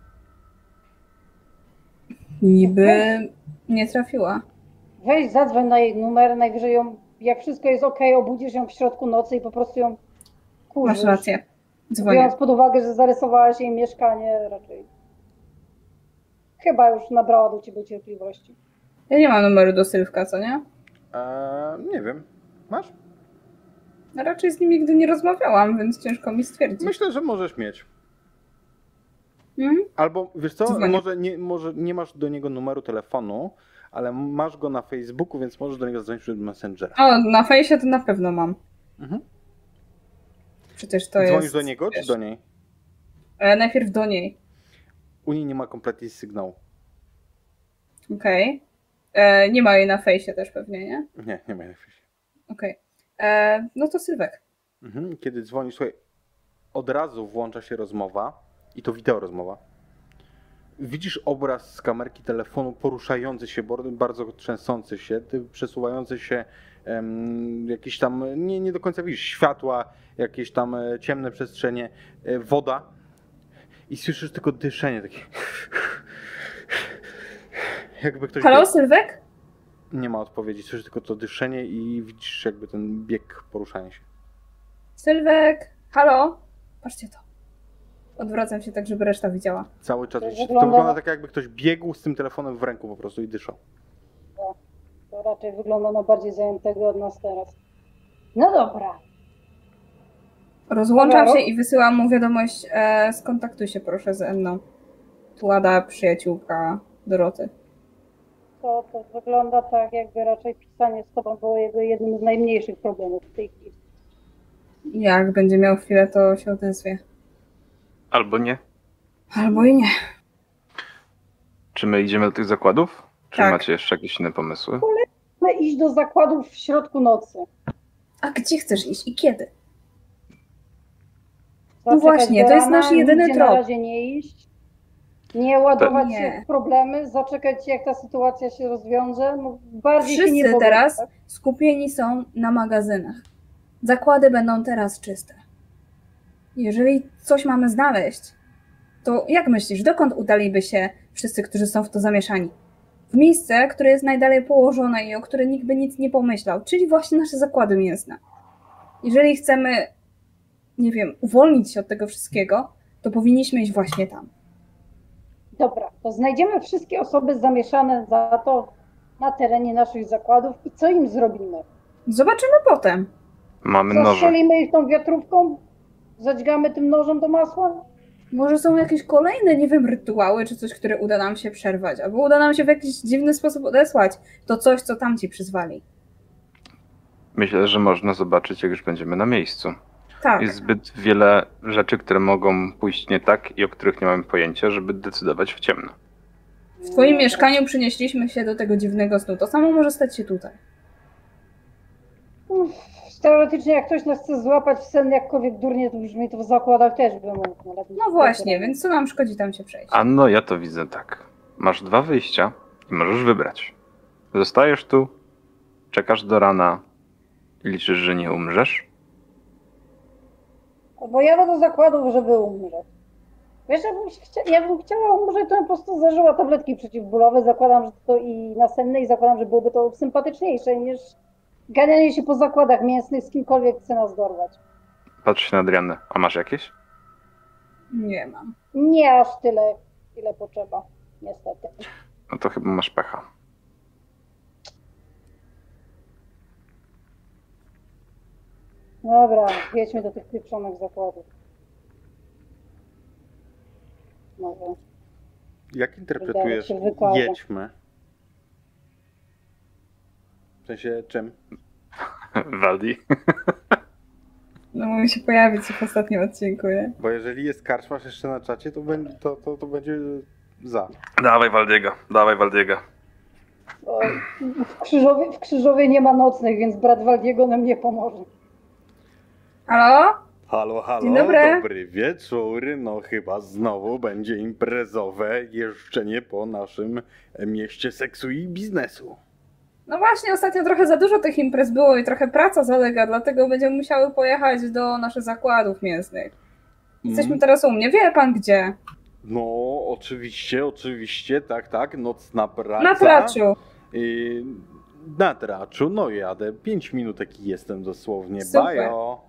Niby nie trafiła. Weź, zadzwoń na jej numer, najwyżej ją, jak wszystko jest okej, obudzisz ją w środku nocy i po prostu ją kurzysz. Masz rację. Dzwonię. Biorąc pod uwagę, że zarysowałaś jej mieszkanie, raczej chyba już nabrała do ciebie cierpliwości. Ja nie mam numeru do Sylwka, co nie? Nie wiem. Masz? No raczej z nim nigdy nie rozmawiałam, więc ciężko mi stwierdzić. Myślę, że możesz mieć. Mhm. Albo, wiesz co, Dzwonię. może nie masz do niego numeru telefonu, ale masz go na Facebooku, więc możesz do niego zadzwonić przez Messengera. O, na fejsie to na pewno mam. Mhm. Przecież to Dzwonisz jest... do niego, wiesz, czy do niej? Najpierw do niej. U niej nie ma kompletnie sygnału. Okej. Nie ma jej na fejsie też pewnie, nie? Nie ma jakiejś. Okej. No to Sylwek. Mhm. Kiedy dzwonisz, słuchaj, od razu włącza się rozmowa i to wideo rozmowa. Widzisz obraz z kamerki telefonu poruszający się, bardzo trzęsący się, przesuwający się jakieś tam, nie do końca widzisz, światła, jakieś tam ciemne przestrzenie, woda i słyszysz tylko dyszenie takie. Jakby ktoś... Halo, Sylwek? Nie ma odpowiedzi, słyszysz tylko to dyszenie i widzisz jakby ten bieg poruszania się. Sylwek? Halo? Patrzcie to. Odwracam się tak, żeby reszta widziała. Cały czas To widzisz. To wygląda- wygląda tak, jakby ktoś biegł z tym telefonem w ręku po prostu i dyszał. To raczej wygląda na bardziej zajętego od nas teraz. No dobra. Rozłączam Halo? się i wysyłam mu wiadomość, skontaktuj się proszę ze mną. Tłada przyjaciółka Doroty. To wygląda tak, jakby raczej pisanie z tobą było jego jednym z najmniejszych problemów w tej chwili. Jak będzie miał chwilę, to się odezwie. Albo nie. Albo i nie. Czy my idziemy do tych zakładów? Czy Tak. macie jeszcze jakieś inne pomysły? Mamy iść do zakładów w środku nocy. A gdzie chcesz iść i kiedy? Zaczekać właśnie, do to jest rana, nasz jedyny nigdzie na trop. razie nie iść. Nie ładować Nie. się w problemy, zaczekać jak ta sytuacja się rozwiąże. No, bardziej się nie Wszyscy pogodzić, teraz tak? skupieni są na magazynach. Zakłady będą teraz czyste. Jeżeli coś mamy znaleźć, to jak myślisz, dokąd udaliby się wszyscy, którzy są w to zamieszani? W miejsce, które jest najdalej położone i o które nikt by nic nie pomyślał, czyli właśnie nasze zakłady mięsne. Jeżeli chcemy, nie wiem, uwolnić się od tego wszystkiego, to powinniśmy iść właśnie tam. Dobra, to znajdziemy wszystkie osoby zamieszane za to na terenie naszych zakładów i co im zrobimy? Zobaczymy potem. Mamy noże. Zastrzelimy ich tą wiatrówką? Zadźgamy tym nożem do masła? Może są jakieś kolejne, nie wiem, rytuały czy coś, które uda nam się przerwać, albo uda nam się w jakiś dziwny sposób odesłać to coś, co tamci przyzwali. Myślę, że można zobaczyć, jak już będziemy na miejscu. Tak, Jest zbyt wiele rzeczy, które mogą pójść nie tak i o których nie mamy pojęcia, żeby decydować w ciemno. w twoim mieszkaniu przynieśliśmy się do tego dziwnego snu. To samo może stać się tutaj. Teoretycznie jak ktoś nas chce złapać w sen jakkolwiek durnie, to brzmi, to w zakładach też by mógł. No właśnie, więc co nam szkodzi tam się przejść? A no, ja to widzę tak. Masz 2 wyjścia i możesz wybrać. Zostajesz tu, czekasz do rana i liczysz, że nie umrzesz. Bo jadę do zakładów, żeby umrzeć. Wiesz, ja bym chciała umrzeć, to bym po prostu zażyła tabletki przeciwbólowe. Zakładam, że to i nasenne i zakładam, że byłoby to sympatyczniejsze niż ganianie się po zakładach mięsnych z kimkolwiek chce nas dorwać. Patrz się na Adriannę. A masz jakieś? Nie mam. Nie aż tyle, ile potrzeba, niestety. No to chyba masz pecha. Dobra, jedźmy do tych pieprzonych zakładów. Może. Jak interpretujesz się wykłada. jedźmy? W sensie czym? Waldi. No mógł się pojawić w ostatnim odcinku, nie? Bo jeżeli jest karczmasz jeszcze na czacie, to będzie, to będzie za. Dawaj Waldiego, dawaj Waldiego. O, w Krzyżowie nie ma nocnych, więc brat Waldiego nam nie pomoże. Halo? Halo, halo, Dzień dobry. dobry wieczór. No chyba znowu będzie imprezowe jeżdżenie po naszym mieście seksu i biznesu. No właśnie, ostatnio trochę za dużo tych imprez było i trochę praca zalega, dlatego będziemy musiały pojechać do naszych zakładów mięsnych. Jesteśmy teraz u mnie, wie pan gdzie? No, oczywiście, tak, nocna praca. Na traczu. Na traczu, no jadę. 5 minutek i jestem dosłownie. Super. Bajo.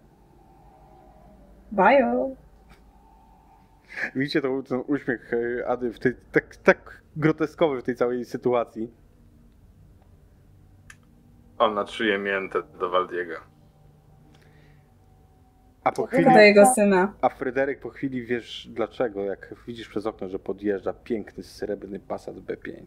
Bajo. Widzicie, to był ten uśmiech Ady w tej, tak groteskowy w tej całej sytuacji. Ona czuje miętę do Waldiego. A po chwili, Do jego syna. a Fryderyk po chwili wiesz dlaczego, jak widzisz przez okno, że podjeżdża piękny, srebrny Passat B5.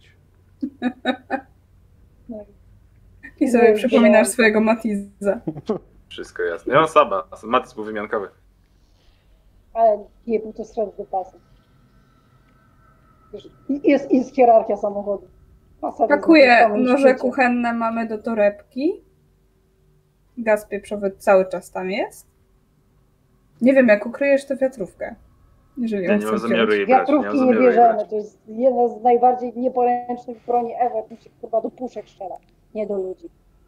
I sobie przypominasz swojego Matiza. Wszystko jasne. Ja Saba. Matys był wymiankowy. Ale nie był to srebrny pasek. Wiesz, jest hierarchia samochodu. Passat jest na Pakuję tym samym noże szczycie. kuchenne, mamy do torebki. Gaz pieprzowy cały czas tam jest. Nie wiem, jak ukryjesz tę wiatrówkę. Jeżeli Ja ją nie mam chcesz zamiaru wziąć. jej brać. Nie mam Wiatrówki nie zamiaru jej bierzemy. brać. To jest jedna z najbardziej nieporęcznych broni ever. Tu się chyba do puszek strzela, nie do ludzi.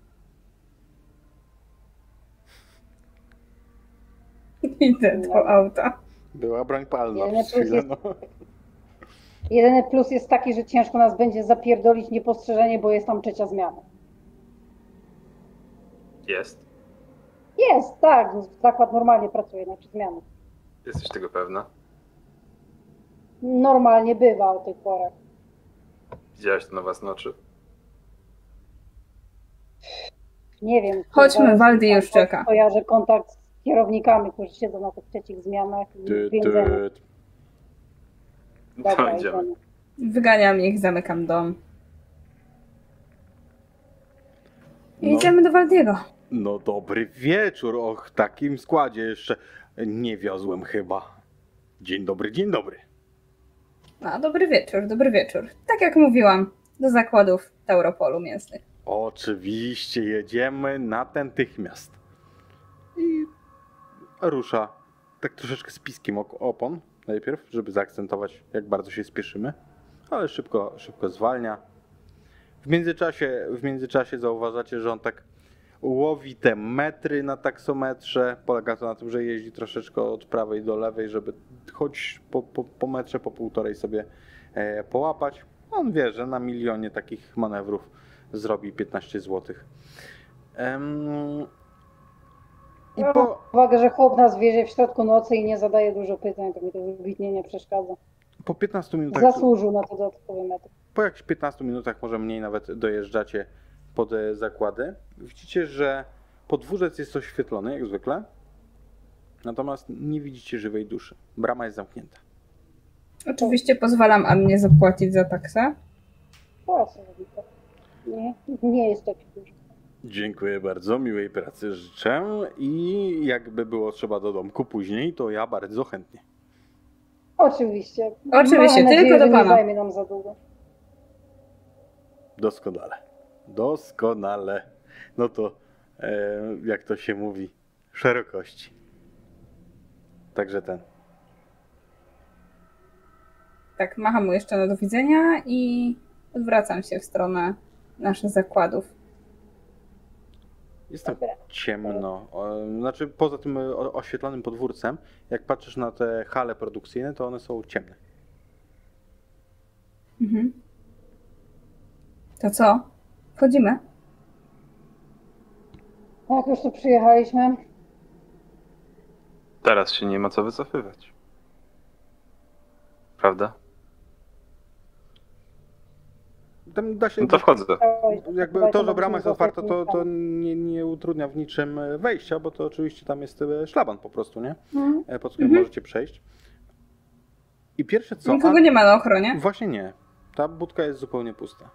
Idę do auta. Była broń palna Jedyny przez plus chwilę, jest- no. Jedyny plus jest taki, że ciężko nas będzie zapierdolić niepostrzeżenie, bo jest tam trzecia zmiana. Jest. Jest, tak. Zakład normalnie pracuje na 3 zmiany. Jesteś tego pewna? Normalnie bywa o tych porach. Widziałaś to na własne oczy? Nie wiem. Chodźmy, zaraz Waldi już czeka. Kojarzę kontakt z kierownikami, którzy siedzą na tych trzecich zmianach i więzieniu. Dobra, To idziemy. idziemy. Wyganiam ich, zamykam dom. I No. idziemy do Waldiego. No dobry wieczór, och, w takim składzie jeszcze nie wiozłem chyba. Dzień dobry, dzień dobry. A, dobry wieczór, dobry wieczór. Tak jak mówiłam, do zakładów Tauropolu mięsnych. Oczywiście jedziemy natychmiast. I rusza tak troszeczkę z piskiem opon najpierw, żeby zaakcentować, jak bardzo się spieszymy, ale szybko zwalnia. W międzyczasie zauważacie, że on tak łowi te metry na taksometrze. Polega to na tym, że jeździ troszeczkę od prawej do lewej, żeby choć po metrze, po półtorej sobie połapać. On wie, że na milionie takich manewrów zrobi 15 zł. I po, Uwagę, że chłop nas wiezie w środku nocy i nie zadaje dużo pytań, to mi to wybitnie nie przeszkadza. po 15 minutach, Zasłużył na to dodatkowe metry. po jakichś 15 minutach, może mniej nawet, dojeżdżacie pod zakłady. Widzicie, że podwórzec jest oświetlony, jak zwykle. Natomiast nie widzicie żywej duszy. Brama jest zamknięta. Oczywiście pozwalam Annie zapłacić za taksę. Właśnie, nie jest to dużo. Dziękuję bardzo, miłej pracy życzę i jakby było trzeba do domku później, to ja bardzo chętnie. Oczywiście. Oczywiście, Mam tylko nadzieję, do że pana. nie zajmie nam za długo. Doskonale. Doskonale. No to, jak to się mówi, szerokości. Także ten. Tak, macham mu jeszcze na do widzenia i odwracam się w stronę naszych zakładów. Jest tam Dobra. ciemno. Znaczy poza tym oświetlonym podwórcem, jak patrzysz na te hale produkcyjne, to one są ciemne. Mhm. To co? Wchodzimy? Jak już tu przyjechaliśmy, Teraz się nie ma co wycofywać. Prawda? Tam da się, No to wchodzę. jakby to, że brama jest otwarta, to nie utrudnia w niczym wejścia, bo to oczywiście tam jest szlaban po prostu, nie? Pod którym możecie przejść. I pierwsze co... Nikogo nie ma na ochronie. Właśnie nie. Ta budka jest zupełnie pusta.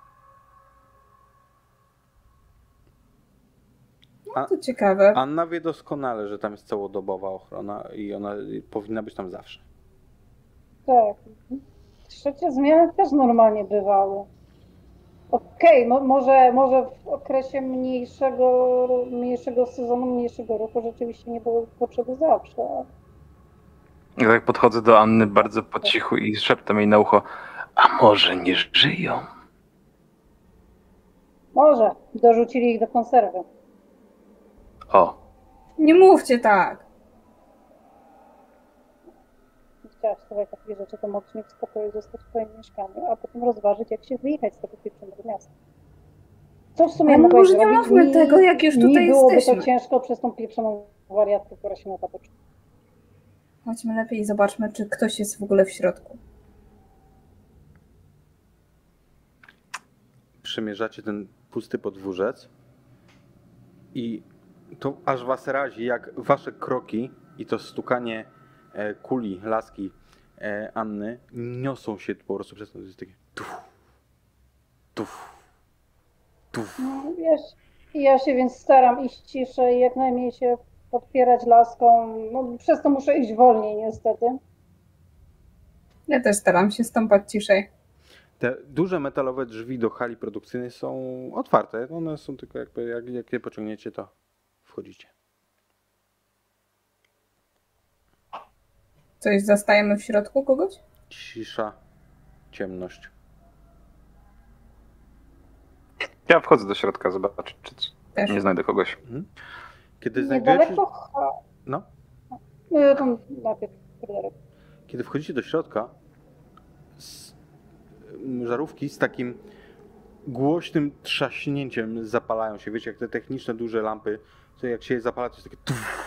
No to ciekawe. Anna wie doskonale, że tam jest całodobowa ochrona i ona powinna być tam zawsze. Tak. Trzecie zmiany też normalnie bywały. Okej, może w okresie mniejszego sezonu, mniejszego roku rzeczywiście nie było potrzeby zawsze. Ja tak podchodzę do Anny bardzo po cichu i szeptam jej na ucho, a może nie żyją? Może. Dorzucili ich do konserwy. O, Nie mówcie tak. chciałaś słuchać takich rzeczy, to mogliśmy w spokoju zostać w twoim mieszkaniu, a potem rozważyć, jak się wyjechać z tego pieprzonego miasta. Co w sumie Ale mogłaś może nie zrobić? mówmy tego, jak już tutaj byłoby jesteśmy. to ciężko przez tą pieprzoną wariatkę, która się napatoczy. Chodźmy lepiej i zobaczmy, czy ktoś jest w ogóle w środku. Przemierzacie ten pusty podwórzec i to aż was razi, jak wasze kroki i to stukanie kuli, laski Anny niosą się po prostu przez to. To jest takie tuf, tuf, tuf. No, ja się więc staram iść ciszej, jak najmniej się podpierać laską. No, przez to muszę iść wolniej niestety. Ja też staram się stąpać ciszej. Te duże metalowe drzwi do hali produkcyjnej są otwarte. One są tylko jakby, jak je pociągniecie, to wchodzicie. Coś zastajemy w środku kogoś? Cisza, ciemność. Ja wchodzę do środka, zobaczyć, czy Też. nie znajdę kogoś. Kiedy znajdujecie... Niedaleko. No. No, tam najpierw Fryderyk. Kiedy wchodzicie do środka, żarówki z takim głośnym trzaśnięciem zapalają się. Wiecie, jak te techniczne, duże lampy, to jak się je zapala, to jest takie tuf.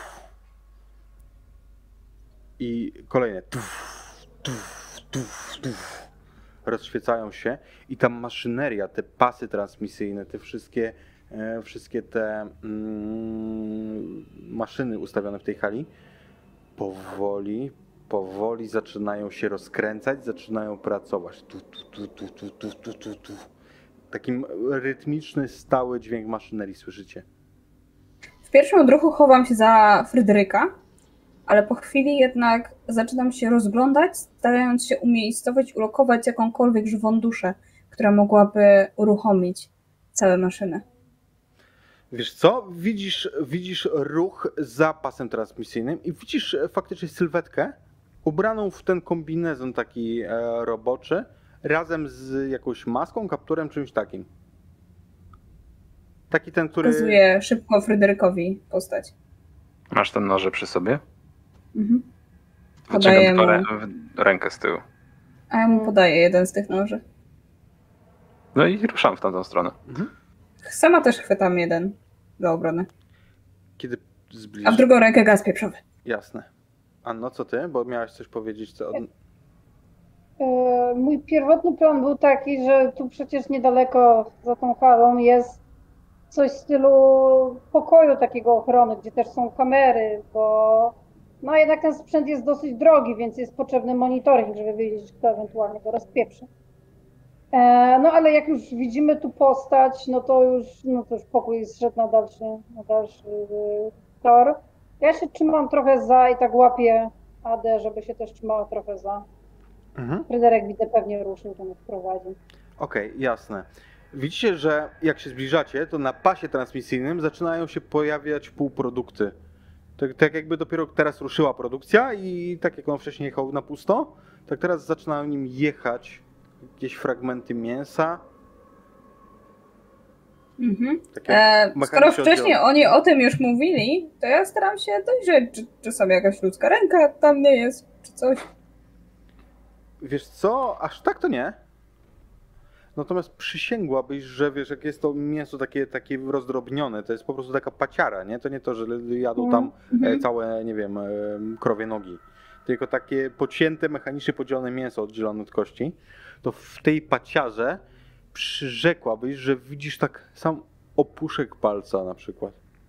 I kolejne tuf, tuf, tuf, tuf. Rozświecają się i ta maszyneria, te pasy transmisyjne, te wszystkie te maszyny ustawione w tej hali powoli zaczynają się rozkręcać, zaczynają pracować. Tu. Takim rytmiczny, stały dźwięk maszynerii słyszycie. W pierwszym odruchu chowam się za Fryderyka, ale po chwili jednak zaczynam się rozglądać, starając się umiejscowić, ulokować jakąkolwiek żywą duszę, która mogłaby uruchomić całe maszyny. Wiesz co? Widzisz ruch za pasem transmisyjnym i widzisz faktycznie sylwetkę ubraną w ten kombinezon taki roboczy, razem z jakąś maską, kapturem, czymś takim. Taki ten, który... Pokazuję szybko Fryderykowi postać. Masz ten noże przy sobie? Mhm. Wyciągam Podaję tylko rękę z tyłu. A ja mu podaję jeden z tych noży. No i ruszam w tamtą stronę. Sama też chwytam jeden do obrony. Kiedy A w zbliżysz... drugą rękę gaz pieprzowy. Jasne. Anno, co ty? Bo miałaś coś powiedzieć, co... Mój pierwotny plan był taki, że tu przecież niedaleko za tą halą jest coś w stylu pokoju takiego ochrony, gdzie też są kamery, bo no jednak ten sprzęt jest dosyć drogi, więc jest potrzebny monitoring, żeby wiedzieć, kto ewentualnie go rozpieprzy. No ale jak już widzimy tu postać, no to już pokój zszedł na dalszy tor. Ja się trzymam trochę za i tak łapię Adę, żeby się też trzymała trochę za. Fryderyk widzę pewnie ruszył, to mnie wprowadzi. Okej, jasne. Widzicie, że jak się zbliżacie, to na pasie transmisyjnym zaczynają się pojawiać półprodukty. Tak jakby dopiero teraz ruszyła produkcja i tak jak on wcześniej jechał na pusto, tak teraz zaczynają nim jechać jakieś fragmenty mięsa. Skoro wcześniej oni o tym już mówili, to ja staram się dojrzeć, czy sobie jakaś ludzka ręka tam nie jest, czy coś. Wiesz co, aż tak to nie. Natomiast przysięgłabyś, że wiesz, jak jest to mięso takie rozdrobnione, to jest po prostu taka paciara, nie? To nie to, że jadą tam całe, nie wiem, krowie nogi. Tylko takie pocięte, mechanicznie podzielone mięso oddzielone od kości. To w tej paciarze przyrzekłabyś, że widzisz tak sam opuszek palca na przykład.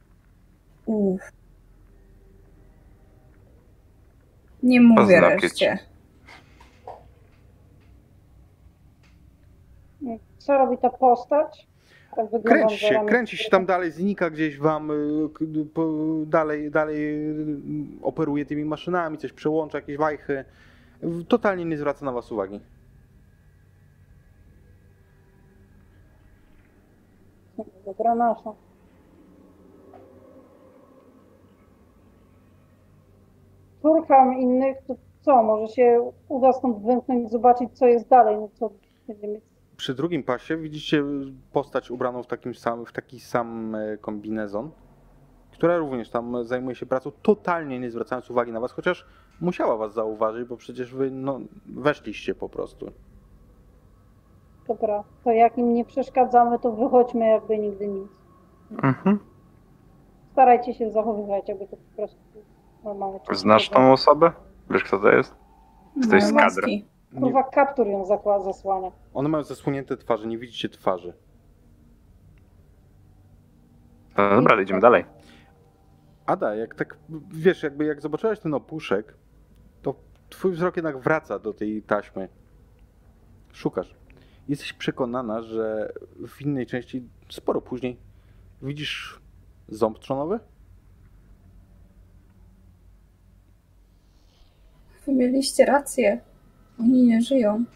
Nie mówię reszcie. Co robi ta postać? Tak kręci się tam dalej, znika gdzieś wam, dalej operuje tymi maszynami, coś przełącza, jakieś wajchy. Totalnie nie zwraca na was uwagi. Dobra nasza. Szukam innych, to co? Może się uda stąd wymknąć, zobaczyć, co jest dalej. No co będziemy... Przy drugim pasie widzicie postać ubraną w taki sam kombinezon, która również tam zajmuje się pracą, totalnie nie zwracając uwagi na was, chociaż musiała was zauważyć, bo przecież wy weszliście po prostu. Dobra, to jak im nie przeszkadzamy, to wychodźmy jakby nigdy nic. Mhm. Starajcie się zachowywać, jakby to po prostu normalnie. Znasz tą osobę? Wiesz, kto to jest? Jesteś z kadry. Maski. Kurwa, kaptur ją zasłania. One mają zasłonięte twarze, nie widzicie twarzy. No dobra, idziemy dalej. Ada, jak tak, wiesz, jakby jak zobaczyłaś ten opuszek, to twój wzrok jednak wraca do tej taśmy. Szukasz. Jesteś przekonana, że w innej części, sporo później, widzisz ząb trzonowy? Wy mieliście rację. Oni nie żyją.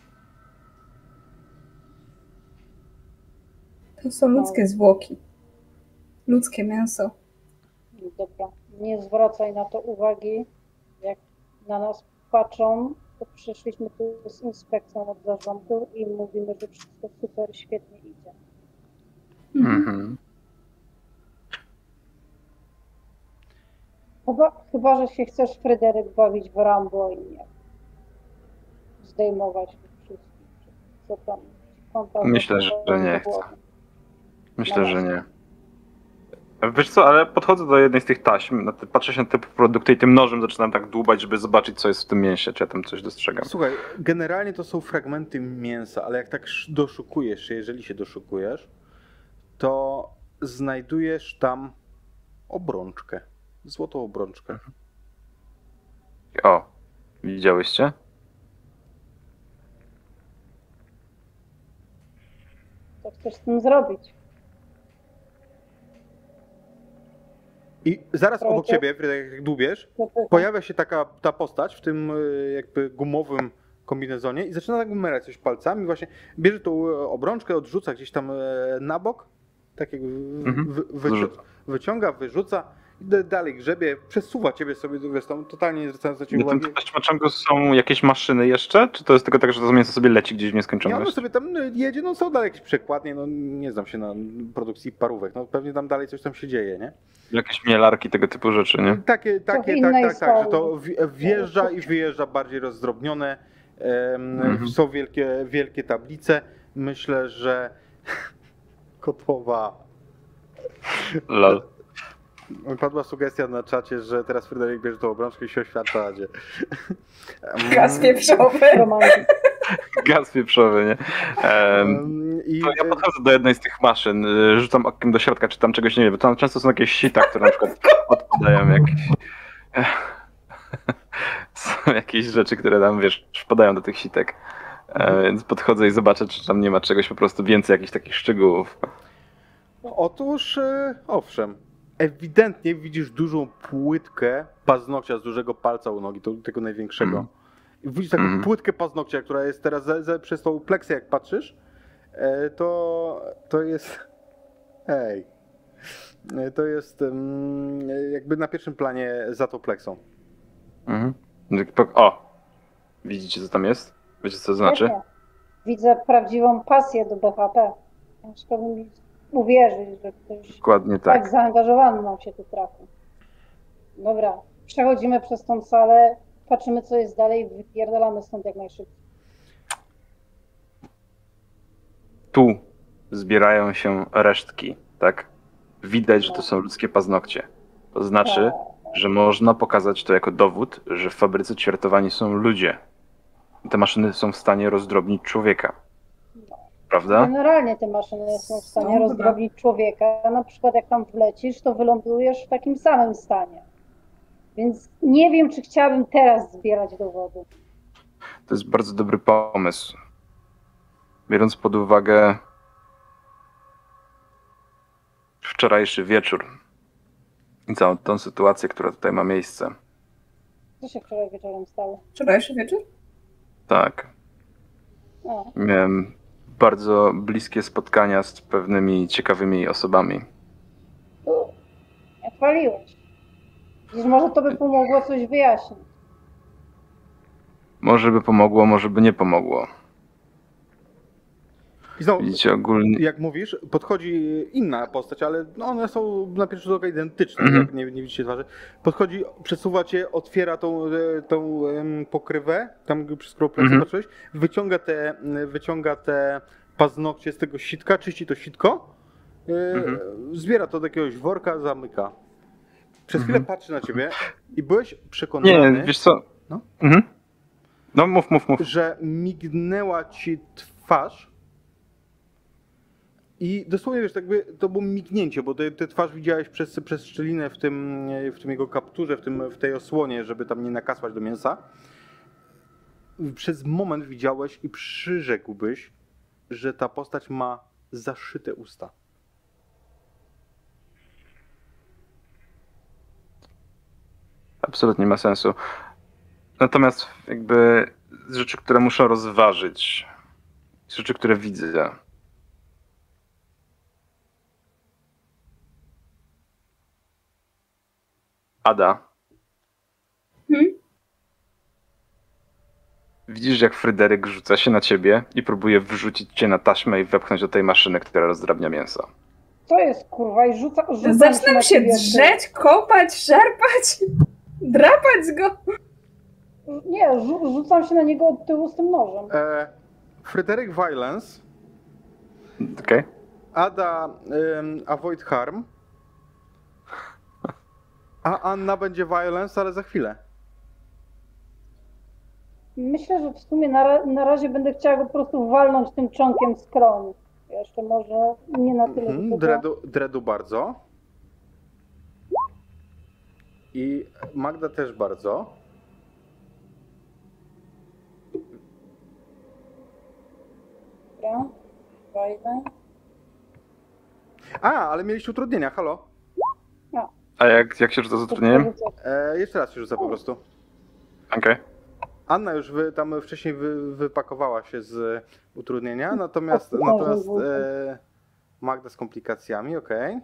To są ludzkie zwłoki. Ludzkie mięso. Dobra, nie zwracaj na to uwagi. Jak na nas patrzą, to przyszliśmy tu z inspekcją od zarządu i mówimy, że wszystko super, świetnie idzie. Mhm. Chyba, że się chcesz, Fryderyk, bawić w Rambo i nie zdejmować tych wszystkich, co tam Myślę, że nie chcę. Myślę, że nie. Wiesz co, ale podchodzę do jednej z tych taśm, patrzę się na te produkty i tym nożem zaczynam tak dłubać, żeby zobaczyć, co jest w tym mięsie, czy ja tam coś dostrzegam. Słuchaj, generalnie to są fragmenty mięsa, ale jak tak doszukujesz się, jeżeli się doszukujesz, to znajdujesz tam obrączkę. Złotą obrączkę. O, widziałyście? Co chcesz z tym zrobić? I zaraz Proszę? obok ciebie, Fryderyk, jak dłubiesz, pojawia się ta postać w tym jakby gumowym kombinezonie i zaczyna tak wymerać coś palcami, właśnie bierze tą obrączkę, odrzuca gdzieś tam na bok, tak jakby wyciąga, wyrzuca i dalej grzebie, przesuwa ciebie sobie, wiesz, tam totalnie nie zwracając na ciebie Na tym uwagi. taśmociągu są jakieś maszyny jeszcze? Czy to jest tylko tak, że to mięso sobie leci gdzieś w Nie, nieskończoność? ono sobie tam jedzie, no są dalej jakieś przekładnie, no nie znam się na produkcji parówek, no pewnie tam dalej coś tam się dzieje, nie? Jakieś mielarki, tego typu rzeczy, nie? Takie, innej tak, że to skali. wjeżdża i wyjeżdża bardziej rozdrobnione. Są wielkie tablice. Myślę, że kotłowa. Lol. Padła sugestia na czacie, że teraz Fryderyk bierze tą obrączkę i się oświadcza Adzie. Gaz pieprzowy. Romantyk. Gaz pieprzowy, nie? To ja podchodzę do jednej z tych maszyn, rzucam okiem do środka, czy tam czegoś nie wiem, bo tam często są jakieś sita, które na przykład odpadają jakieś... Są jakieś rzeczy, które tam, wiesz, wpadają do tych sitek. Więc podchodzę i zobaczę, czy tam nie ma czegoś po prostu więcej, jakichś takich szczegółów. Otóż, owszem, ewidentnie widzisz dużą płytkę paznokcia z dużego palca u nogi, tego największego. I widzisz taką płytkę paznokcia, która jest teraz przez tą pleksję, jak patrzysz, to jest... Hej. To jest jakby na pierwszym planie za tą pleksą. O! Widzicie, co tam jest? Wiecie, co to znaczy? Świetnie. Widzę prawdziwą pasję do BHP. Ciężko mi uwierzyć, że ktoś Dokładnie tak tak. zaangażowany nam się tu trafi. Dobra, przechodzimy przez tą salę, patrzymy, co jest dalej, wypierdalamy stąd jak najszybciej. Tu zbierają się resztki, tak? Widać, że to są ludzkie paznokcie. To znaczy, że można pokazać to jako dowód, że w fabryce ćwiartowani są ludzie. Te maszyny są w stanie rozdrobnić człowieka. Prawda? Generalnie te maszyny są w stanie rozdrobnić człowieka. Na przykład jak tam wlecisz, to wylądujesz w takim samym stanie. Więc nie wiem, czy chciałabym teraz zbierać dowody. To jest bardzo dobry pomysł. Biorąc pod uwagę wczorajszy wieczór i całą tą sytuację, która tutaj ma miejsce. Co się wczoraj wieczorem stało? Wczorajszy wieczór? Tak. A, Miałem bardzo bliskie spotkania z pewnymi ciekawymi osobami. nie chwaliłeś. Widzisz, może to by pomogło coś wyjaśnić. Może by pomogło, może by nie pomogło. I znowu, Widzicie ogólnie... jak mówisz, podchodzi inna postać, ale no one są na pierwszy rzut oka identyczne, jak nie widzicie twarzy. Podchodzi, przesuwa cię, otwiera tą pokrywę, tam przez którą plecy patrzyłeś, wyciąga te paznokcie z tego sitka, czyści to sitko, zbiera to do jakiegoś worka, zamyka. Przez chwilę patrzy na ciebie i byłeś przekonany... Nie, wiesz co? No? No mów. Że mignęła ci twarz i dosłownie, wiesz, jakby to było mignięcie, bo tę twarz widziałeś przez szczelinę w tym jego kapturze, w tej osłonie, żeby tam nie nakasłać do mięsa. Przez moment widziałeś i przyrzekłbyś, że ta postać ma zaszyte usta. Absolutnie nie ma sensu. Natomiast jakby z rzeczy, które muszę rozważyć, z rzeczy, które widzę. Ada. Widzisz, jak Fryderyk rzuca się na ciebie i próbuje wrzucić cię na taśmę i wepchnąć do tej maszyny, która rozdrabnia mięso. To jest kurwa i rzucam Zaczynam się drzeć, kopać, szarpać, drapać go. Nie, rzucam się na niego od tyłu z tym nożem. Fryderyk Violence. Okej. Ada Avoid Harm. A Anna będzie Violence, ale za chwilę. Myślę, że w sumie na razie będę chciała go po prostu walnąć tym czonkiem z kronu. Jeszcze może nie na tyle. Dredu bardzo. I Magda też bardzo. Dobra, wejdę. Ale mieliście utrudnienia, halo? A jak się rzuca z utrudnieniem? Jeszcze raz się rzuca po prostu. Okej. Anna już tam wcześniej wypakowała się z utrudnienia, natomiast Magda z komplikacjami, okej.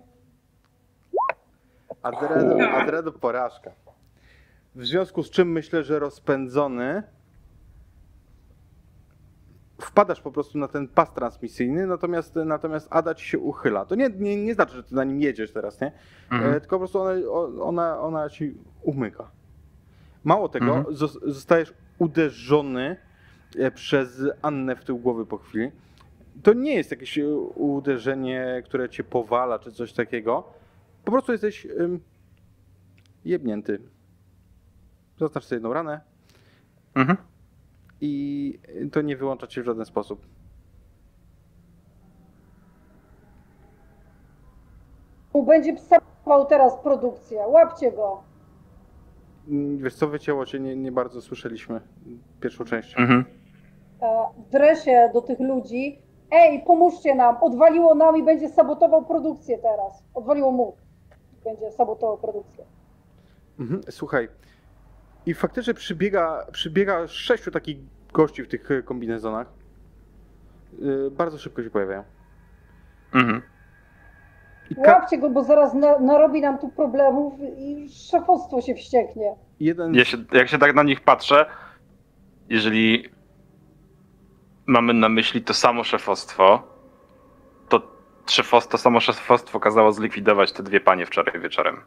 A Dredu porażka. W związku z czym myślę, że rozpędzony wpadasz po prostu na ten pas transmisyjny, natomiast Ada ci się uchyla. To nie znaczy, że ty na nim jedziesz teraz, nie? Tylko po prostu ona ci umyka. Mało tego, zostajesz uderzony przez Annę w tył głowy po chwili. To nie jest jakieś uderzenie, które cię powala, czy coś takiego. Po prostu jesteś jebnięty. Zaznacz sobie jedną ranę. I to nie wyłącza cię w żaden sposób. Będzie psował teraz produkcję. Łapcie go. Wiesz co, wycięło cię, nie bardzo słyszeliśmy pierwszą część. Drę się do tych ludzi. Ej, pomóżcie nam, odwaliło nam i będzie sabotował produkcję teraz. Odwaliło mu. Będzie sabotował produkcję. Słuchaj, i faktycznie przybiega 6 takich gości w tych kombinezonach. Bardzo szybko się pojawiają. Łapcie go, bo zaraz narobi nam tu problemów i szefostwo się wścieknie. Jak się tak na nich patrzę, jeżeli mamy na myśli to samo szefostwo, to samo szefostwo kazało zlikwidować te dwie panie wczoraj wieczorem.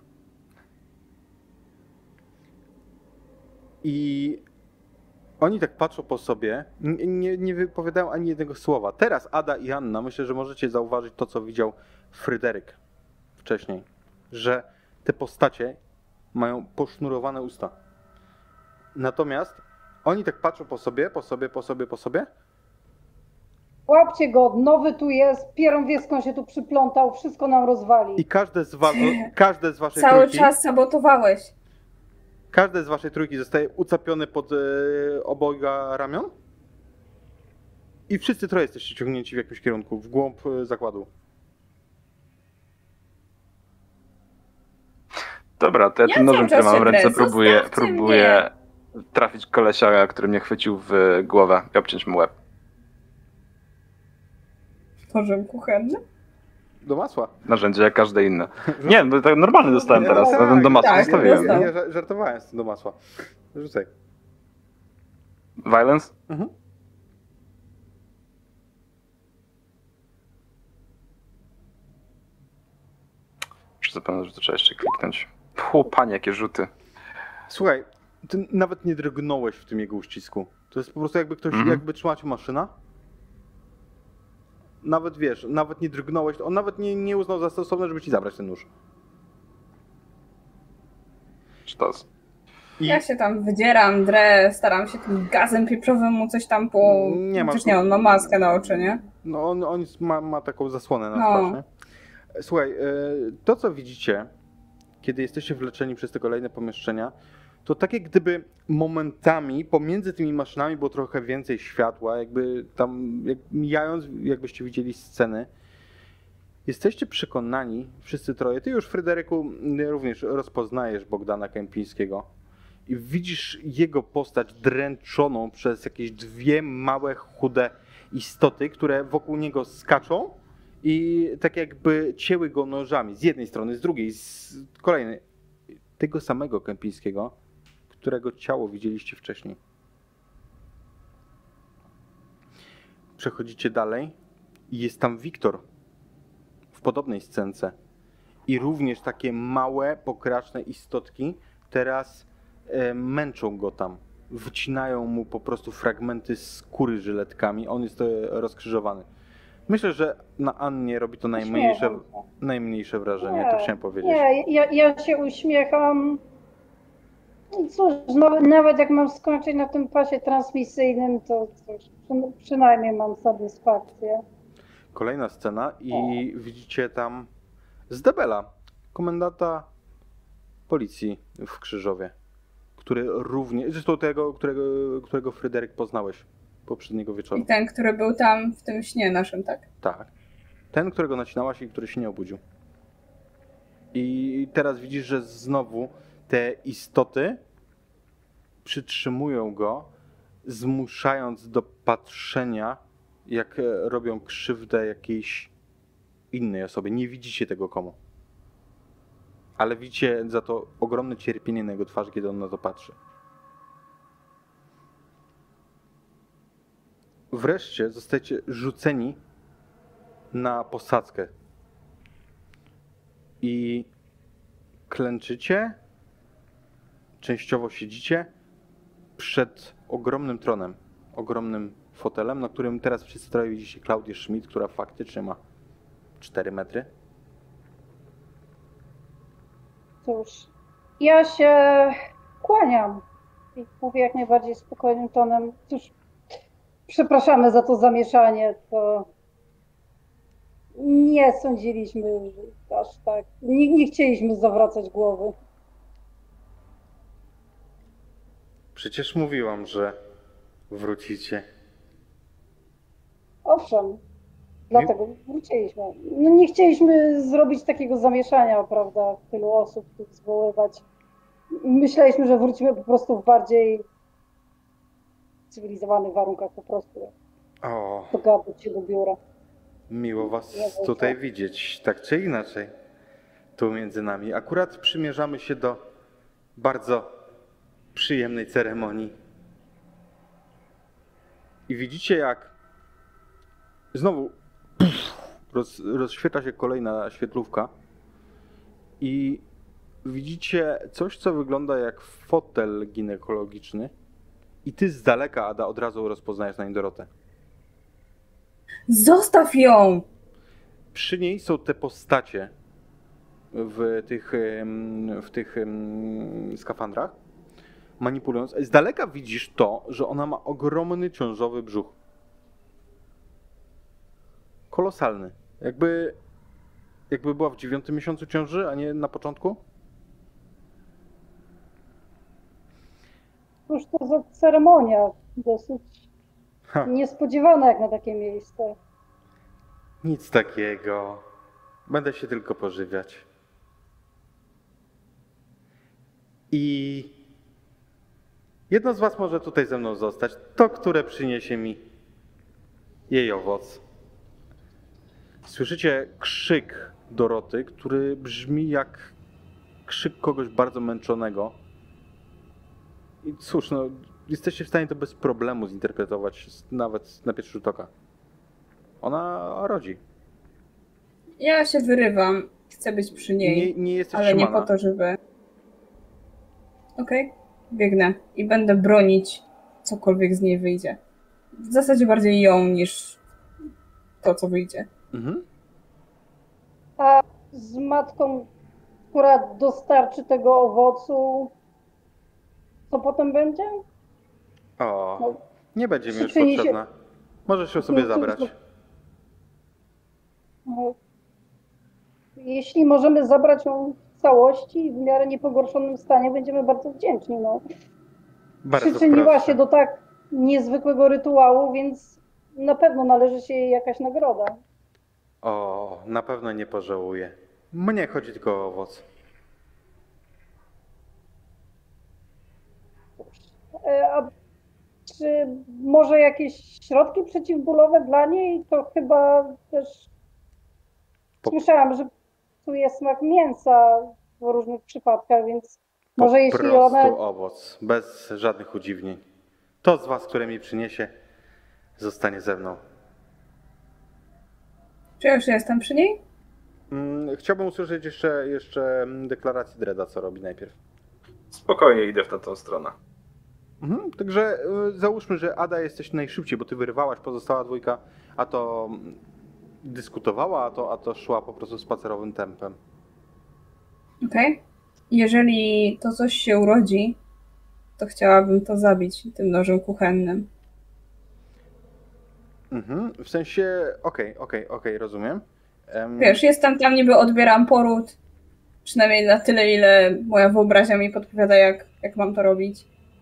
I oni tak patrzą po sobie, nie wypowiadają ani jednego słowa. Teraz Ada i Anna, myślę, że możecie zauważyć to, co widział Fryderyk wcześniej, że te postacie mają posznurowane usta. Natomiast oni tak patrzą po sobie. Łapcie go, nowy tu jest, pierąwieską się tu przyplątał, wszystko nam rozwali. I każde z waszej Cały trójki, czas sabotowałeś. każde z waszej trójki zostaje ucapione pod obojga ramion. I wszyscy troje jesteście ciągnięci w jakimś kierunku, w głąb zakładu. Dobra, to ja tym nożem, który mam w ręce, próbuję trafić kolesia, który mnie chwycił w głowę i obciąć mu łeb. Nożem kuchennym? Do masła. Narzędzie jak każde inne. Nie, bo tak normalny dostałem teraz, a ten do masła tak, zostawiłem. Ja żartowałem z tym do masła. Rzucaj. Violence? Muszę zapomnieć, że to trzeba jeszcze kliknąć. Panie, jakie rzuty. Słuchaj, ty nawet nie drgnąłeś w tym jego uścisku. To jest po prostu jakby ktoś, jakby trzymał cię maszyna. Nawet wiesz, nawet nie drgnąłeś, on nawet nie uznał za stosowne, żeby ci zabrać ten nóż. Sztos. Ja się tam wydzieram, staram się tym gazem pieprzowym mu coś tam po... Nie ma. Przecież nie, on ma maskę na oczy, nie? No on ma taką zasłonę na twarz, nie? Słuchaj, to co widzicie, kiedy jesteście wleczeni przez te kolejne pomieszczenia, to tak jak gdyby momentami pomiędzy tymi maszynami było trochę więcej światła, jakby tam mijając, jakbyście widzieli sceny. Jesteście przekonani, wszyscy troje, ty już, Fryderyku, również rozpoznajesz Bogdana Kępińskiego i widzisz jego postać dręczoną przez jakieś dwie małe, chude istoty, które wokół niego skaczą i tak jakby cięły go nożami z jednej strony, z drugiej, z kolejnej. Tego samego Kępińskiego, którego ciało widzieliście wcześniej. Przechodzicie dalej i jest tam Wiktor w podobnej scence. I również takie małe, pokraczne istotki teraz męczą go tam. Wycinają mu po prostu fragmenty skóry żyletkami. On jest rozkrzyżowany. Myślę, że na Annie robi to najmniejsze wrażenie, to chciałem powiedzieć. Nie, ja się uśmiecham. I cóż, nawet jak mam skończyć na tym pasie transmisyjnym, to przynajmniej mam satysfakcję. Kolejna scena i widzicie tam Zdebela, komendanta policji w Krzyżowie, który również, zresztą tego, którego Fryderyk poznałeś poprzedniego wieczoru. I ten, który był tam w tym śnie naszym, tak? Tak. Ten, którego nacinałaś i który się nie obudził. I teraz widzisz, że znowu te istoty przytrzymują go, zmuszając do patrzenia, jak robią krzywdę jakiejś innej osobie. Nie widzicie tego komu. Ale widzicie za to ogromne cierpienie na jego twarzy, kiedy on na to patrzy. Wreszcie zostajecie rzuceni na posadzkę. I klęczycie, częściowo siedzicie przed ogromnym tronem, ogromnym fotelem, na którym teraz wszyscy troje widzicie Klaudię Schmidt, która faktycznie ma 4 metry. Cóż, ja się kłaniam i mówię jak najbardziej spokojnym tonem. Cóż, przepraszamy za to zamieszanie, to nie sądziliśmy aż tak. Nie chcieliśmy zawracać głowy. Przecież mówiłam, że wrócicie. Owszem, dlatego wróciliśmy. No nie chcieliśmy zrobić takiego zamieszania, prawda, tylu osób tu zwoływać. Myśleliśmy, że wrócimy po prostu w bardziej cywilizowanych warunkach po prostu. O, Dogadać się do biura. miło was tutaj widzieć, tak czy inaczej. Tu między nami. Akurat przymierzamy się do bardzo przyjemnej ceremonii. I widzicie, jak znowu rozświetla się kolejna świetlówka i widzicie coś, co wygląda jak fotel ginekologiczny i ty z daleka, Ada, od razu rozpoznajesz na niej Dorotę. Zostaw ją! Przy niej są te postacie w tych skafandrach, manipulując. Z daleka widzisz to, że ona ma ogromny ciążowy brzuch. Kolosalny. Jakby była w 9. miesiącu ciąży, a nie na początku. Cóż to za ceremonia, dosyć niespodziewana jak na takie miejsce. Nic takiego. Będę się tylko pożywiać. I jedno z was może tutaj ze mną zostać. To, które przyniesie mi jej owoc. Słyszycie krzyk Doroty, który brzmi jak krzyk kogoś bardzo męczonego. I cóż, no, jesteście w stanie to bez problemu zinterpretować, nawet na pierwszy rzut oka. Ona rodzi. Ja się wyrywam. chcę być przy niej, Nie jesteś ale nie trzymana. po to, żeby... Okej, biegnę i będę bronić cokolwiek z niej wyjdzie. W zasadzie bardziej ją niż to, co wyjdzie. Mhm. A z matką, która dostarczy tego owocu, co potem będzie? O, No, nie będzie mi już przyczyni się- potrzebna. Możesz ją sobie No, to- zabrać. No, jeśli możemy zabrać ją w całości i w miarę niepogorszonym stanie, będziemy bardzo wdzięczni. No. Bardzo Przyczyniła proszę. się do tak niezwykłego rytuału, więc na pewno należy się jej jakaś nagroda. O, na pewno nie pożałuję. Mnie chodzi tylko o owoc. A czy może jakieś środki przeciwbólowe dla niej? To chyba też Po- słyszałam, że psuje smak mięsa w różnych przypadkach, więc Po może jeśli prostu ona... owoc, bez żadnych udziwnień. To z was, które mi przyniesie, zostanie ze mną. Czy ja już jestem przy niej? Chciałbym usłyszeć jeszcze deklarację Dreda, co robi najpierw. Spokojnie idę w tamtą stronę. Także załóżmy, że Ada jesteś najszybciej, bo ty wyrywałaś, pozostała dwójka, a to dyskutowała, a to szła po prostu spacerowym tempem. Okej. Jeżeli to coś się urodzi, to chciałabym to zabić tym nożem kuchennym. W sensie, okej, rozumiem. Wiesz, jestem tam, niby odbieram poród, przynajmniej na tyle, ile moja wyobraźnia mi podpowiada, jak mam to robić.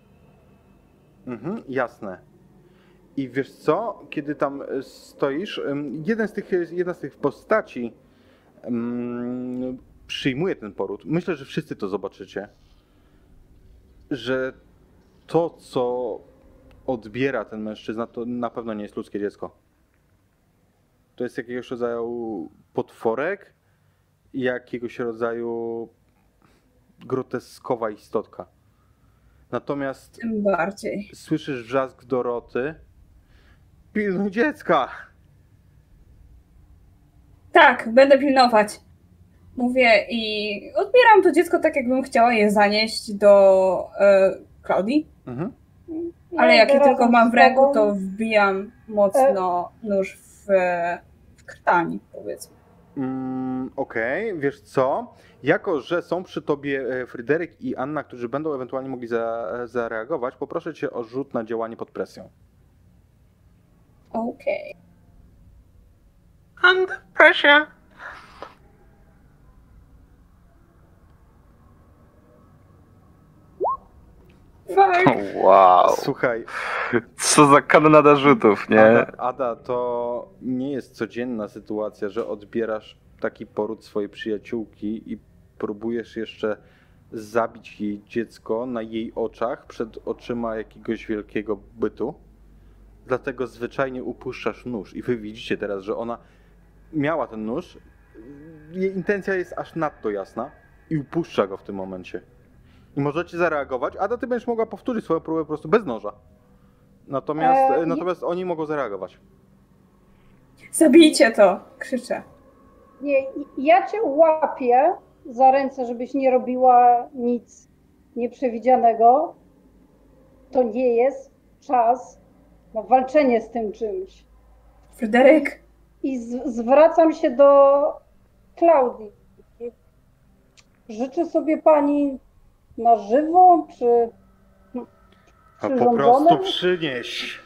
Jasne. I wiesz co, kiedy tam stoisz, jedna z tych postaci przyjmuje ten poród. Myślę, że wszyscy to zobaczycie. Że to, co odbiera ten mężczyzna, to na pewno nie jest ludzkie dziecko. To jest jakiegoś rodzaju potworek, jakiegoś rodzaju groteskowa istotka. Natomiast Tym bardziej. słyszysz wrzask Doroty. Pilnuj dziecka! Tak, będę pilnować. Mówię i odbieram to dziecko tak, jakbym chciała je zanieść do Klaudii. Ale jak je tylko mam w ręku, to wbijam mocno nóż w krtań, powiedzmy. Okej, wiesz co? Jako, że są przy tobie Fryderyk i Anna, którzy będą ewentualnie mogli zareagować, poproszę cię o rzut na działanie pod presją. Okej. Under pressure. Wow. Słuchaj, Co za kanonada rzutów, nie? Ada, to nie jest codzienna sytuacja, że odbierasz taki poród swojej przyjaciółki i próbujesz jeszcze zabić jej dziecko na jej oczach, przed oczyma jakiegoś wielkiego bytu. Dlatego zwyczajnie upuszczasz nóż i wy widzicie teraz, że ona miała ten nóż, jej intencja jest aż nadto jasna i upuszcza go w tym momencie. I możecie zareagować. Ada, ty będziesz mogła powtórzyć swoją próbę po prostu bez noża. Natomiast oni mogą zareagować. Zabijcie to! Krzyczę. Nie, ja cię łapię za ręce, żebyś nie robiła nic nieprzewidzianego. To nie jest czas na walczenie z tym czymś. Fryderyk! I zwracam się do Klaudii. Życzy sobie pani na żywo, czy A po przyrządzonym? prostu przynieś.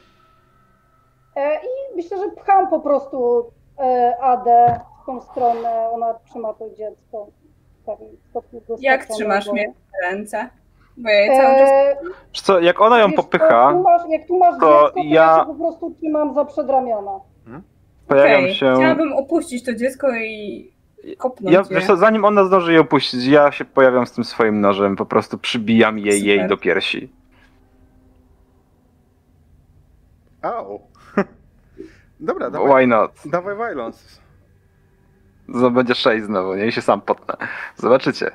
I myślę, że pcham po prostu Adę w tą stronę. Ona trzyma to dziecko. W pewnym stopniu Jak dostarczonego. trzymasz mnie w ręce? Bo ja je cały czas... Wiesz co, jak ona ją Wiesz, popycha, jak tu masz to dziecko, to ja ja- cię po prostu trzymam za przedramiona. pojawiam Okej, się... Chciałabym opuścić to dziecko i kopnąć Ja, je. wiesz co, zanim ona zdąży je opuścić, ja się pojawiam z tym swoim nożem, po prostu przybijam jej Super. do piersi. Au. Dobra, dawaj, Why not? dawaj violence. To będzie 6 znowu, nie? I się sam potnę. Zobaczycie.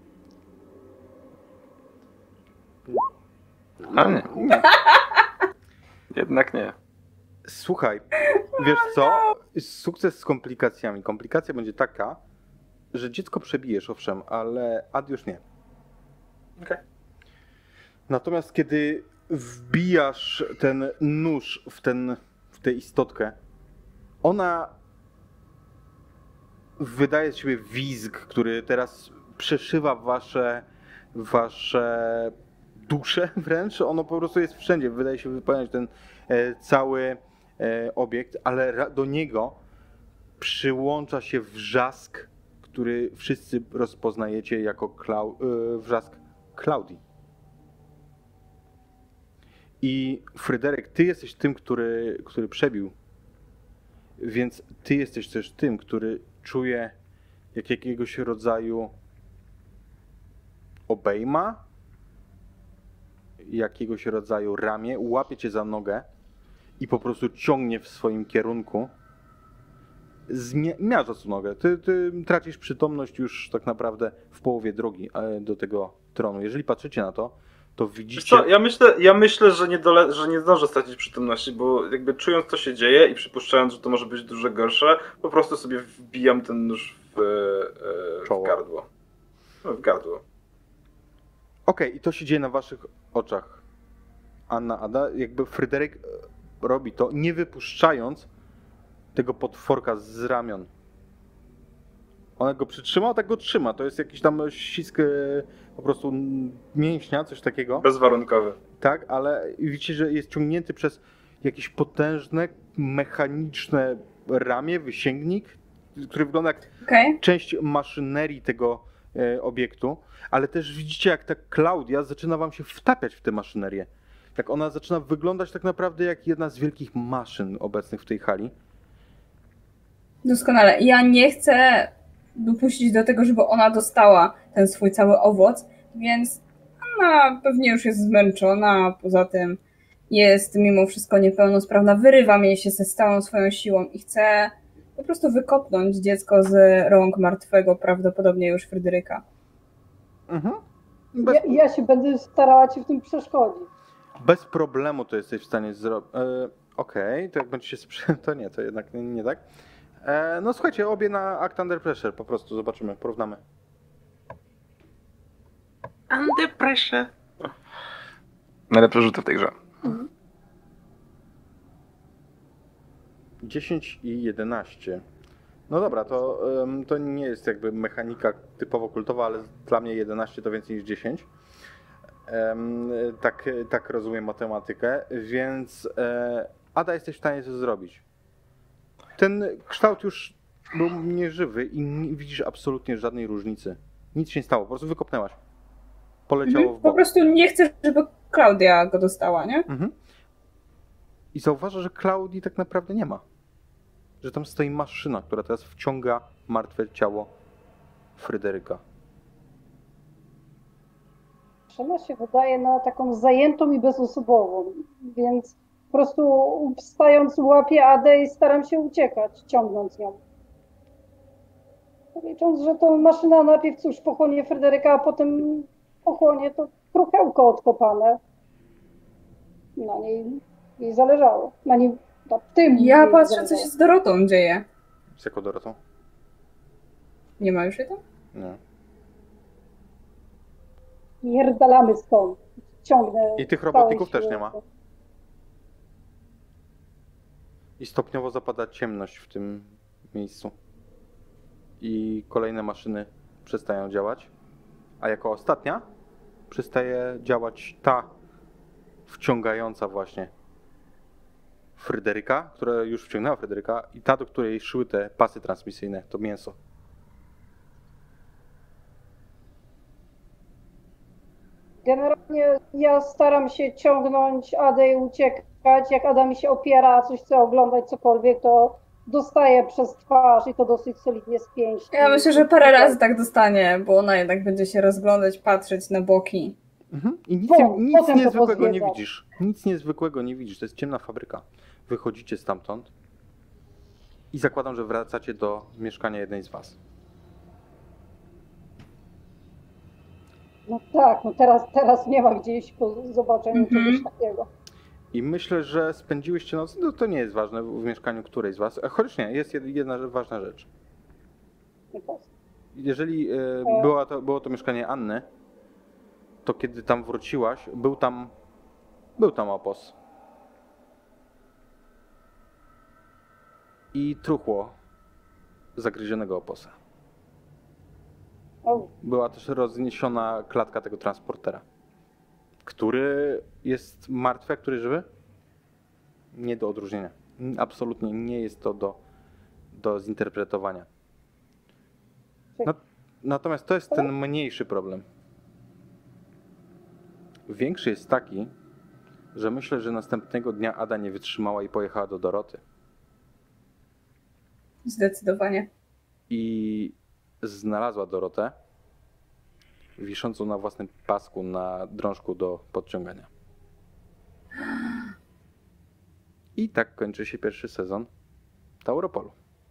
A nie, Nie. jednak nie. Słuchaj, wiesz co? Sukces z komplikacjami. Komplikacja będzie taka, że dziecko przebijesz, owszem, ale Ad już nie. Okej. Natomiast kiedy wbijasz ten nóż w tę istotkę, ona wydaje z siebie wizg, który teraz przeszywa wasze dusze wręcz. Ono po prostu jest wszędzie. Wydaje się wypełniać ten cały obiekt, ale do niego przyłącza się wrzask, który wszyscy rozpoznajecie jako wrzask Klaudii. I Fryderyk, ty jesteś tym, który przebił, więc ty jesteś też tym, który czuje jakiegoś rodzaju obejma, jakiegoś rodzaju ramię, łapie cię za nogę i po prostu ciągnie w swoim kierunku. Zmierza tą nogę. Ty tracisz przytomność już tak naprawdę w połowie drogi do tego tronu. Jeżeli patrzycie na to, to widzicie... Co, ja myślę, że nie zdążę stracić przytomności, bo jakby czując, co się dzieje i przypuszczając, że to może być dużo gorsze, po prostu sobie wbijam ten nóż w gardło. No, w gardło. Okej, i to się dzieje na waszych oczach. Anna, Ada, jakby Fryderyk robi to, nie wypuszczając tego potworka z ramion. Ona go przytrzyma, tak go trzyma. To jest jakiś tam ścisk po prostu mięśnia, coś takiego. Bezwarunkowy. Tak, ale widzicie, że jest ciągnięty przez jakieś potężne, mechaniczne ramię, wysięgnik, który wygląda jak część maszynerii tego obiektu, ale też widzicie, jak ta Klaudia zaczyna wam się wtapiać w tę maszynerię. Jak ona zaczyna wyglądać tak naprawdę jak jedna z wielkich maszyn obecnych w tej hali. Doskonale. Ja nie chcę dopuścić do tego, żeby ona dostała ten swój cały owoc, więc ona pewnie już jest zmęczona, poza tym jest mimo wszystko niepełnosprawna, wyrywam jej się ze całą swoją siłą i chcę po prostu wykopnąć dziecko z rąk martwego, prawdopodobnie już Fryderyka. Mhm. Ja się będę starała ci w tym przeszkodzić. Bez problemu to jesteś w stanie zrobić. Okej, to jak będzie się to nie, to jednak nie tak. No słuchajcie, obie na Act Under Pressure, po prostu zobaczymy, porównamy. Under Pressure. Najlepsze rzuty w tej grze. 10 i 11. No dobra, to nie jest jakby mechanika typowo kultowa, ale dla mnie 11 to więcej niż 10. Tak rozumiem matematykę, więc Ada, jesteś w stanie to zrobić. Ten kształt już był nieżywy i nie widzisz absolutnie żadnej różnicy. Nic się nie stało, po prostu wykopnęłaś. Poleciało w bok. Po prostu nie chcę, żeby Klaudia go dostała, nie? I zauważasz, że Klaudii tak naprawdę nie ma. Że tam stoi maszyna, która teraz wciąga martwe ciało Fryderyka. Ona się wydaje na taką zajętą i bezosobową, więc po prostu wstając łapię Adę i staram się uciekać, ciągnąc ją. Licząc, że to maszyna najpierw cóż pochłonie Fryderyka, a potem pochłonie to kruchełko odkopane. Na niej jej zależało. Na nim, na tym Ja patrzę, co się z Dorotą dzieje. Z jaką Dorotą? Nie ma już jej tam? Nie. Pierdalamy stąd. Ciągnę. I tych robotników też nie ma. I stopniowo zapada ciemność w tym miejscu. I kolejne maszyny przestają działać. A jako ostatnia przestaje działać ta wciągająca właśnie Fryderyka, która już wciągnęła Fryderyka, i ta, do której szły te pasy transmisyjne, to mięso. Generalnie ja staram się ciągnąć Adę i uciekać. Jak Ada mi się opiera, coś chce oglądać, cokolwiek, to dostaję przez twarz i to dosyć solidnie z pięści. Ja myślę, że parę razy tak dostanie, bo ona jednak będzie się rozglądać, patrzeć na boki. I nic Potem to niezwykłego nie pozwiedza. widzisz. Nic niezwykłego nie widzisz. To jest ciemna fabryka. Wychodzicie stamtąd i zakładam, że wracacie do mieszkania jednej z was. No tak, no teraz nie ma gdzie iść po zobaczeniu czegoś takiego. I myślę, że spędziłyście noc, no to nie jest ważne w mieszkaniu której z was, chociaż nie, jest jedna ważna rzecz. Nie po- Jeżeli było to mieszkanie Anny, to kiedy tam wróciłaś, był tam opos. I truchło zagryzionego oposa. O, Była też rozniesiona klatka tego transportera. Który jest martwy, a który żywy? Nie do odróżnienia. Absolutnie nie jest to do zinterpretowania. Natomiast to jest ten mniejszy problem. Większy jest taki, że myślę, że następnego dnia Ada nie wytrzymała i pojechała do Doroty. Zdecydowanie. I znalazła Dorotę wiszącą na własnym pasku na drążku do podciągania. I tak kończy się pierwszy sezon Tauropolu.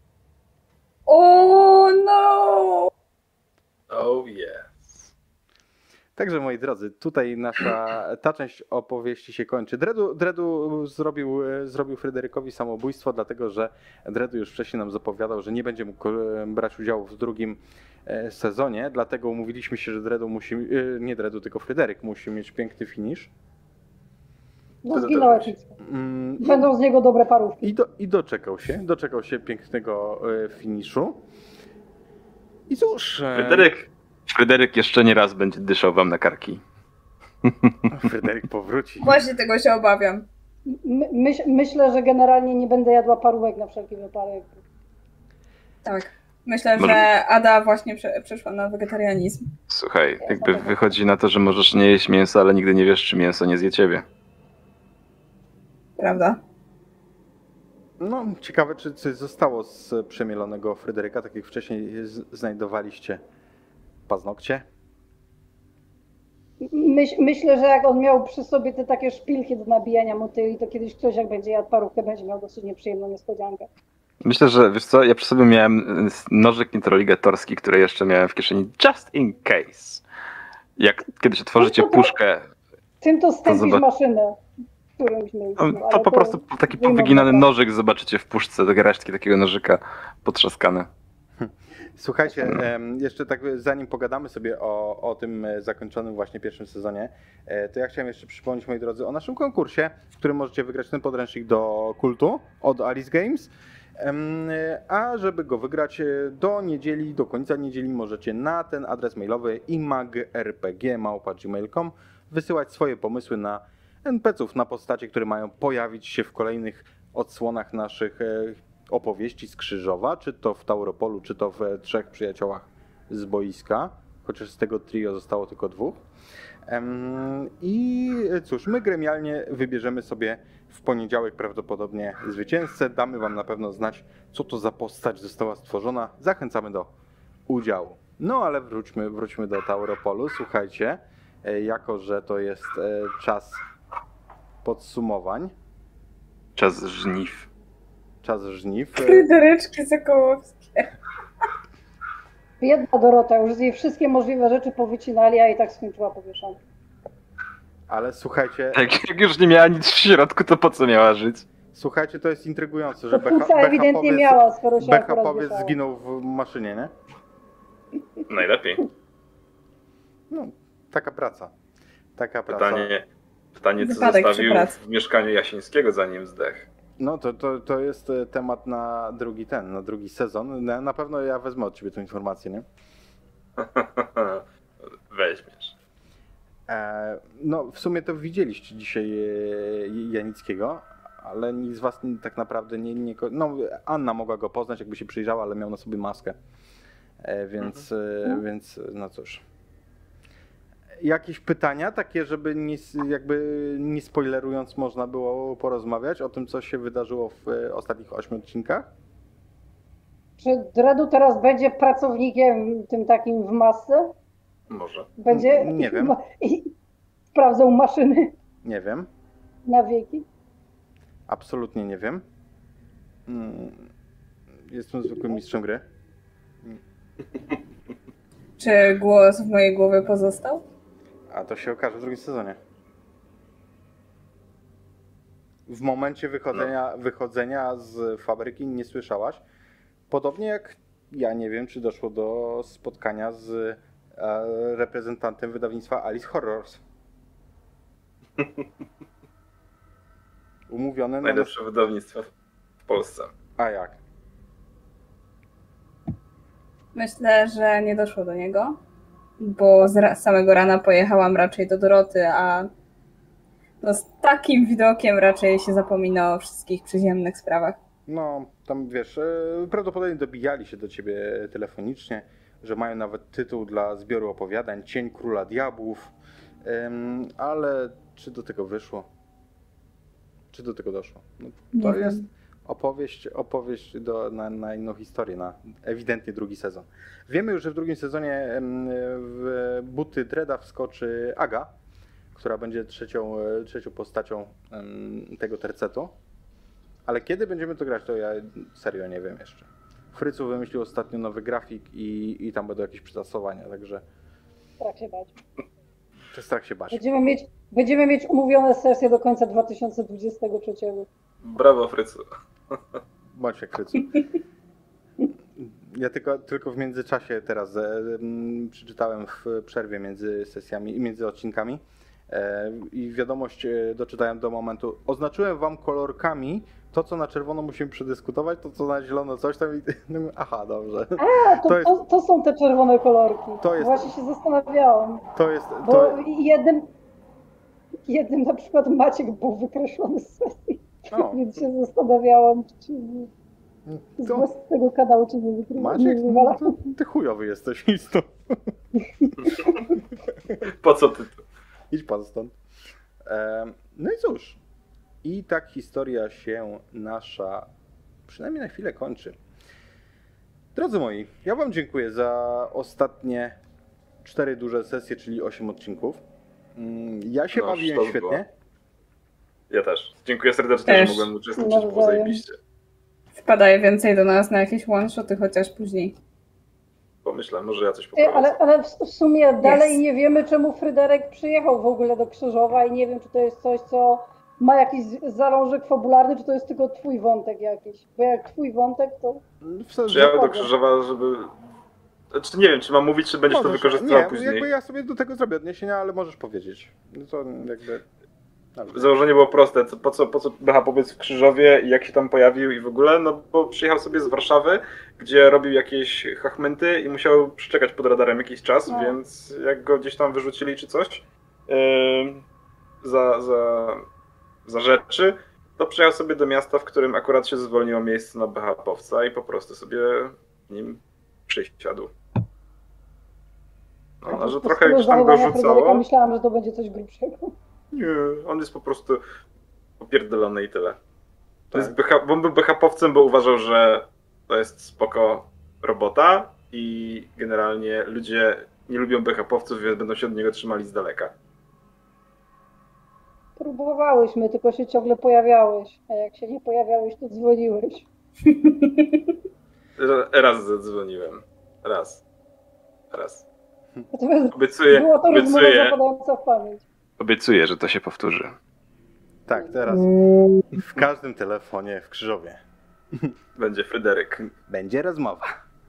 O no! Oh yes. Także moi drodzy, tutaj ta część opowieści się kończy. Dredu zrobił Fryderykowi samobójstwo, dlatego że Dredu już wcześniej nam zapowiadał, że nie będzie mógł brać udziału w drugim sezonie, dlatego umówiliśmy się, że tylko Fryderyk musi mieć piękny finish. no zginął epicko. Będą z niego dobre parówki. I doczekał się pięknego finiszu. I cóż... Fryderyk jeszcze nie raz będzie dyszał wam na karki. Fryderyk powróci. Właśnie tego się obawiam. Myślę, że generalnie nie będę jadła parówek na wszelki wypadek. Tak. Myślę, że Ada właśnie przeszła na wegetarianizm. Słuchaj, jakby wychodzi na to, że możesz nie jeść mięsa, ale nigdy nie wiesz, czy mięso nie zje ciebie. Prawda? No, ciekawe, czy coś zostało z przemielonego Fryderyka, tak jak wcześniej znajdowaliście paznokcie. Myślę, że jak on miał przy sobie te takie szpilki do nabijania motyli, to kiedyś ktoś, jak będzie jadł parówkę, będzie miał dosyć nieprzyjemną niespodziankę. Myślę, że wiesz co, ja przy sobie miałem nożyk introligatorski, który jeszcze miałem w kieszeni just in case. Jak kiedyś otworzycie puszkę... Tym to stępisz maszynę, w którymś miejscu. To po prostu taki powyginany nożyk zobaczycie w puszce, takie resztki takiego nożyka potrzaskane. Słuchajcie, jeszcze tak zanim pogadamy sobie o tym zakończonym właśnie pierwszym sezonie, to ja chciałem jeszcze przypomnieć, moi drodzy, o naszym konkursie, w którym możecie wygrać ten podręcznik do kultu od Alice Games. A żeby go wygrać do końca niedzieli możecie na ten adres mailowy imagrpg@gmail.com wysyłać swoje pomysły na NPC-ów, na postacie, które mają pojawić się w kolejnych odsłonach naszych opowieści z Krzyżowa, czy to w Tauropolu, czy to w Trzech Przyjaciołach z boiska, chociaż z tego trio zostało tylko 2. I cóż, my gremialnie wybierzemy sobie w poniedziałek prawdopodobnie zwycięzcę. Damy wam na pewno znać, co to za postać została stworzona. Zachęcamy do udziału. No ale wróćmy do Tauropolu. Słuchajcie, jako że to jest czas podsumowań. Czas żniw. Fryderyczki Sokołowskie. Biedna Dorota, już z jej wszystkie możliwe rzeczy powycinali, a i tak skończyła powieszona. Ale słuchajcie... Jak już nie miała nic w środku, to po co miała żyć? Słuchajcie, to jest intrygujące, że ewidentnie miała, skoro się Becha-powiec zginął w maszynie, nie? Najlepiej. No, taka praca. Pytanie, co zostawił w mieszkaniu Jasińskiego, zanim zdechł. No to jest temat na drugi sezon. Na pewno ja wezmę od ciebie tę informację, nie? Weźmiesz. No w sumie to widzieliście dzisiaj Janickiego, ale nikt z was tak naprawdę nie... No Anna mogła go poznać, jakby się przyjrzała, ale miał na sobie maskę. Więc no cóż. Jakieś pytania takie, żeby nie spoilerując można było porozmawiać o tym, co się wydarzyło w ostatnich 8 odcinkach? Czy Dredu teraz będzie pracownikiem tym takim w masce? Może. Będzie? Nie wiem. I sprawdzał maszyny? Nie wiem. Na wieki? Absolutnie nie wiem. Jestem zwykłym mistrzem gry. Czy głos w mojej głowie pozostał? A to się okaże w drugim sezonie. W momencie wychodzenia z fabryki nie słyszałaś. Podobnie jak ja nie wiem, czy doszło do spotkania z reprezentantem wydawnictwa Alice Horrors. Umówione na... Najlepsze wydawnictwo w Polsce. A jak? Myślę, że nie doszło do niego, bo z samego rana pojechałam raczej do Doroty, a no z takim widokiem raczej się zapomina o wszystkich przyziemnych sprawach. No, tam wiesz, prawdopodobnie dobijali się do ciebie telefonicznie, że mają nawet tytuł dla zbioru opowiadań Cień Króla Diabłów, ale czy do tego wyszło? Czy do tego doszło? No, to jest opowieść na inną historię, na ewidentnie drugi sezon. Wiemy już, że w drugim sezonie w buty Dreda wskoczy Aga, która będzie trzecią postacią tego tercetu. Ale kiedy będziemy to grać, to ja serio nie wiem jeszcze. Frycu wymyślił ostatnio nowy grafik i tam będą jakieś przytasowania, także... Strach się bać. To jest strach się bać. Będziemy mieć umówione sesje do końca 2023. Brawo, Frycu. Bądź jak Frycu. Ja tylko w międzyczasie teraz przeczytałem w przerwie między sesjami i między odcinkami i wiadomość doczytałem do momentu. Oznaczyłem wam kolorkami to, co na czerwono musimy przedyskutować, to, co na zielono coś tam i... Aha, dobrze. A, to są te czerwone kolorki. To jest... Właśnie się zastanawiałam. Bo jednym na przykład Maciek był wykreślony z sesji, więc się zastanawiałam, czy z tego kanału, czy nie wykreślony. Maciek, no, ty chujowy jesteś, idź stąd. Po co ty tu? Idź pan stąd. No i cóż. I tak historia się nasza przynajmniej na chwilę kończy. Drodzy moi, ja wam dziękuję za ostatnie 4 duże sesje, czyli 8 odcinków. Ja się bawiłem świetnie. Ja też. Dziękuję serdecznie, że mogłem uczestniczyć, było zajebiście. Wpadaj więcej do nas na jakieś one-shoty, chociaż później. Pomyślę, może ja coś poprawię. Ale w sumie dalej nie wiemy, czemu Fryderyk przyjechał w ogóle do Krzyżowa i nie wiem, czy to jest coś, co ma jakiś zalążek fabularny, czy to jest tylko twój wątek jakiś. Bo jak twój wątek, to... Przyjechał do Krzyżowa, żeby... Znaczy nie wiem, czy mam mówić, czy będziesz to wykorzystywał później. Jakby ja sobie do tego zrobię odniesienia, ale możesz powiedzieć. To jakby... Założenie było proste, po co BH powiedz w Krzyżowie i jak się tam pojawił i w ogóle, no bo przyjechał sobie z Warszawy, gdzie robił jakieś chachmęty i musiał przeczekać pod radarem jakiś czas, więc jak go gdzieś tam wyrzucili czy coś za rzeczy, to przyjechał sobie do miasta, w którym akurat się zwolniło miejsce na BH-powca i po prostu sobie nim przysiadł. No, że trochę już tam go rzucało. Myślałam, że to będzie coś grubszego. Nie, on jest po prostu opierdolony i tyle. To jest on był BH-powcem, bo uważał, że to jest spoko robota i generalnie ludzie nie lubią BH-powców, więc będą się od niego trzymali z daleka. Próbowałyśmy, tylko się ciągle pojawiałeś, a jak się nie pojawiałeś, to dzwoniłeś. Raz zadzwoniłem. Raz. Obiecuję, że to się powtórzy. Tak, teraz w każdym telefonie w Krzyżowie będzie Fryderyk. Będzie rozmowa.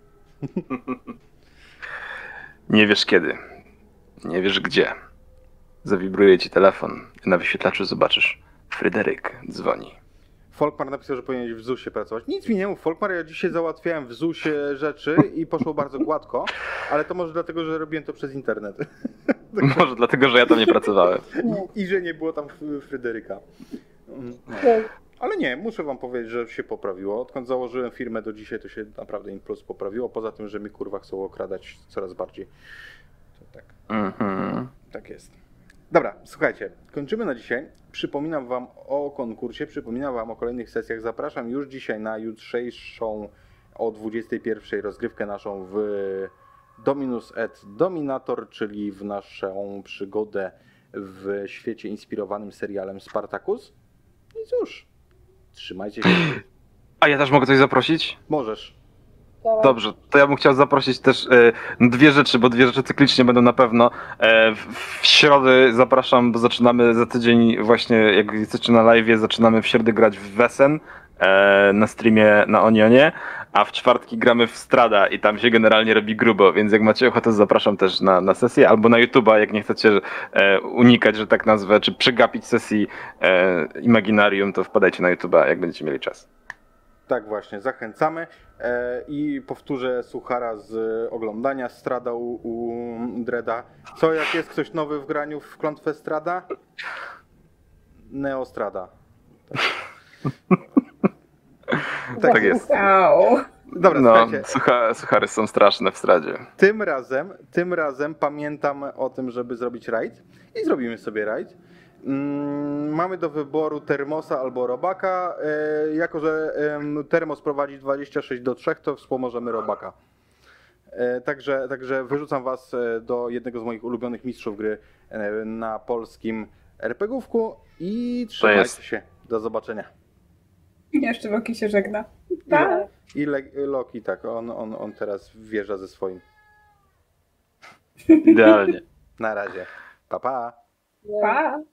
Nie wiesz kiedy. Nie wiesz gdzie. Zawibruje ci telefon i na wyświetlaczu zobaczysz. Fryderyk dzwoni. Folkmar napisał, że powinieneś w ZUS-ie pracować. Nic mi nie mów, Folkmar, ja dzisiaj załatwiałem w ZUS-ie rzeczy i poszło bardzo gładko, ale to może dlatego, że robiłem to przez internet. Może dlatego, że ja tam nie pracowałem. I że nie było tam Fryderyka. No. Ale nie, muszę wam powiedzieć, że się poprawiło. Odkąd założyłem firmę do dzisiaj, to się naprawdę Impuls poprawiło. Poza tym, że mi kurwa chcą okradać coraz bardziej. To tak. Tak jest. Dobra, słuchajcie, kończymy na dzisiaj. Przypominam wam o konkursie, przypominam wam o kolejnych sesjach. Zapraszam już dzisiaj na jutrzejszą o 21:00 rozgrywkę naszą w Dominus et Dominator, czyli w naszą przygodę w świecie inspirowanym serialem Spartacus. I cóż, trzymajcie się. A ja też mogę coś zaprosić? Możesz. Dobrze, to ja bym chciał zaprosić też 2 rzeczy, bo 2 rzeczy cyklicznie będą na pewno. W środę zapraszam, bo zaczynamy za tydzień właśnie, jak jesteście na live'ie, zaczynamy w środę grać w Wesen. na streamie na Onionie, a w czwartki gramy w Strada i tam się generalnie robi grubo, więc jak macie ochotę, zapraszam też na sesję albo na YouTube'a, jak nie chcecie unikać, że tak nazwę, czy przegapić sesji Imaginarium, to wpadajcie na YouTube'a, jak będziecie mieli czas. Tak właśnie, zachęcamy i powtórzę suchara z oglądania Strada u Dreda. Co, jak jest ktoś nowy w graniu w Klątwę Strada? Neostrada. Tak jest. Au. Dobra, No, słuchajcie, suchary są straszne w Stradzie. tym razem pamiętam o tym, żeby zrobić raid i zrobimy sobie raid. Mamy do wyboru Termosa albo Robaka. Jako że Termos prowadzi 26-3, to wspomożemy Robaka. Także wyrzucam was do jednego z moich ulubionych mistrzów gry na polskim RPG-ówku i trzymajcie się. Do zobaczenia. Jeszcze Loki się żegna. Pa! I Loki, tak, on teraz wjeżdża ze swoim. Idealnie. Na razie. Pa, pa. Pa!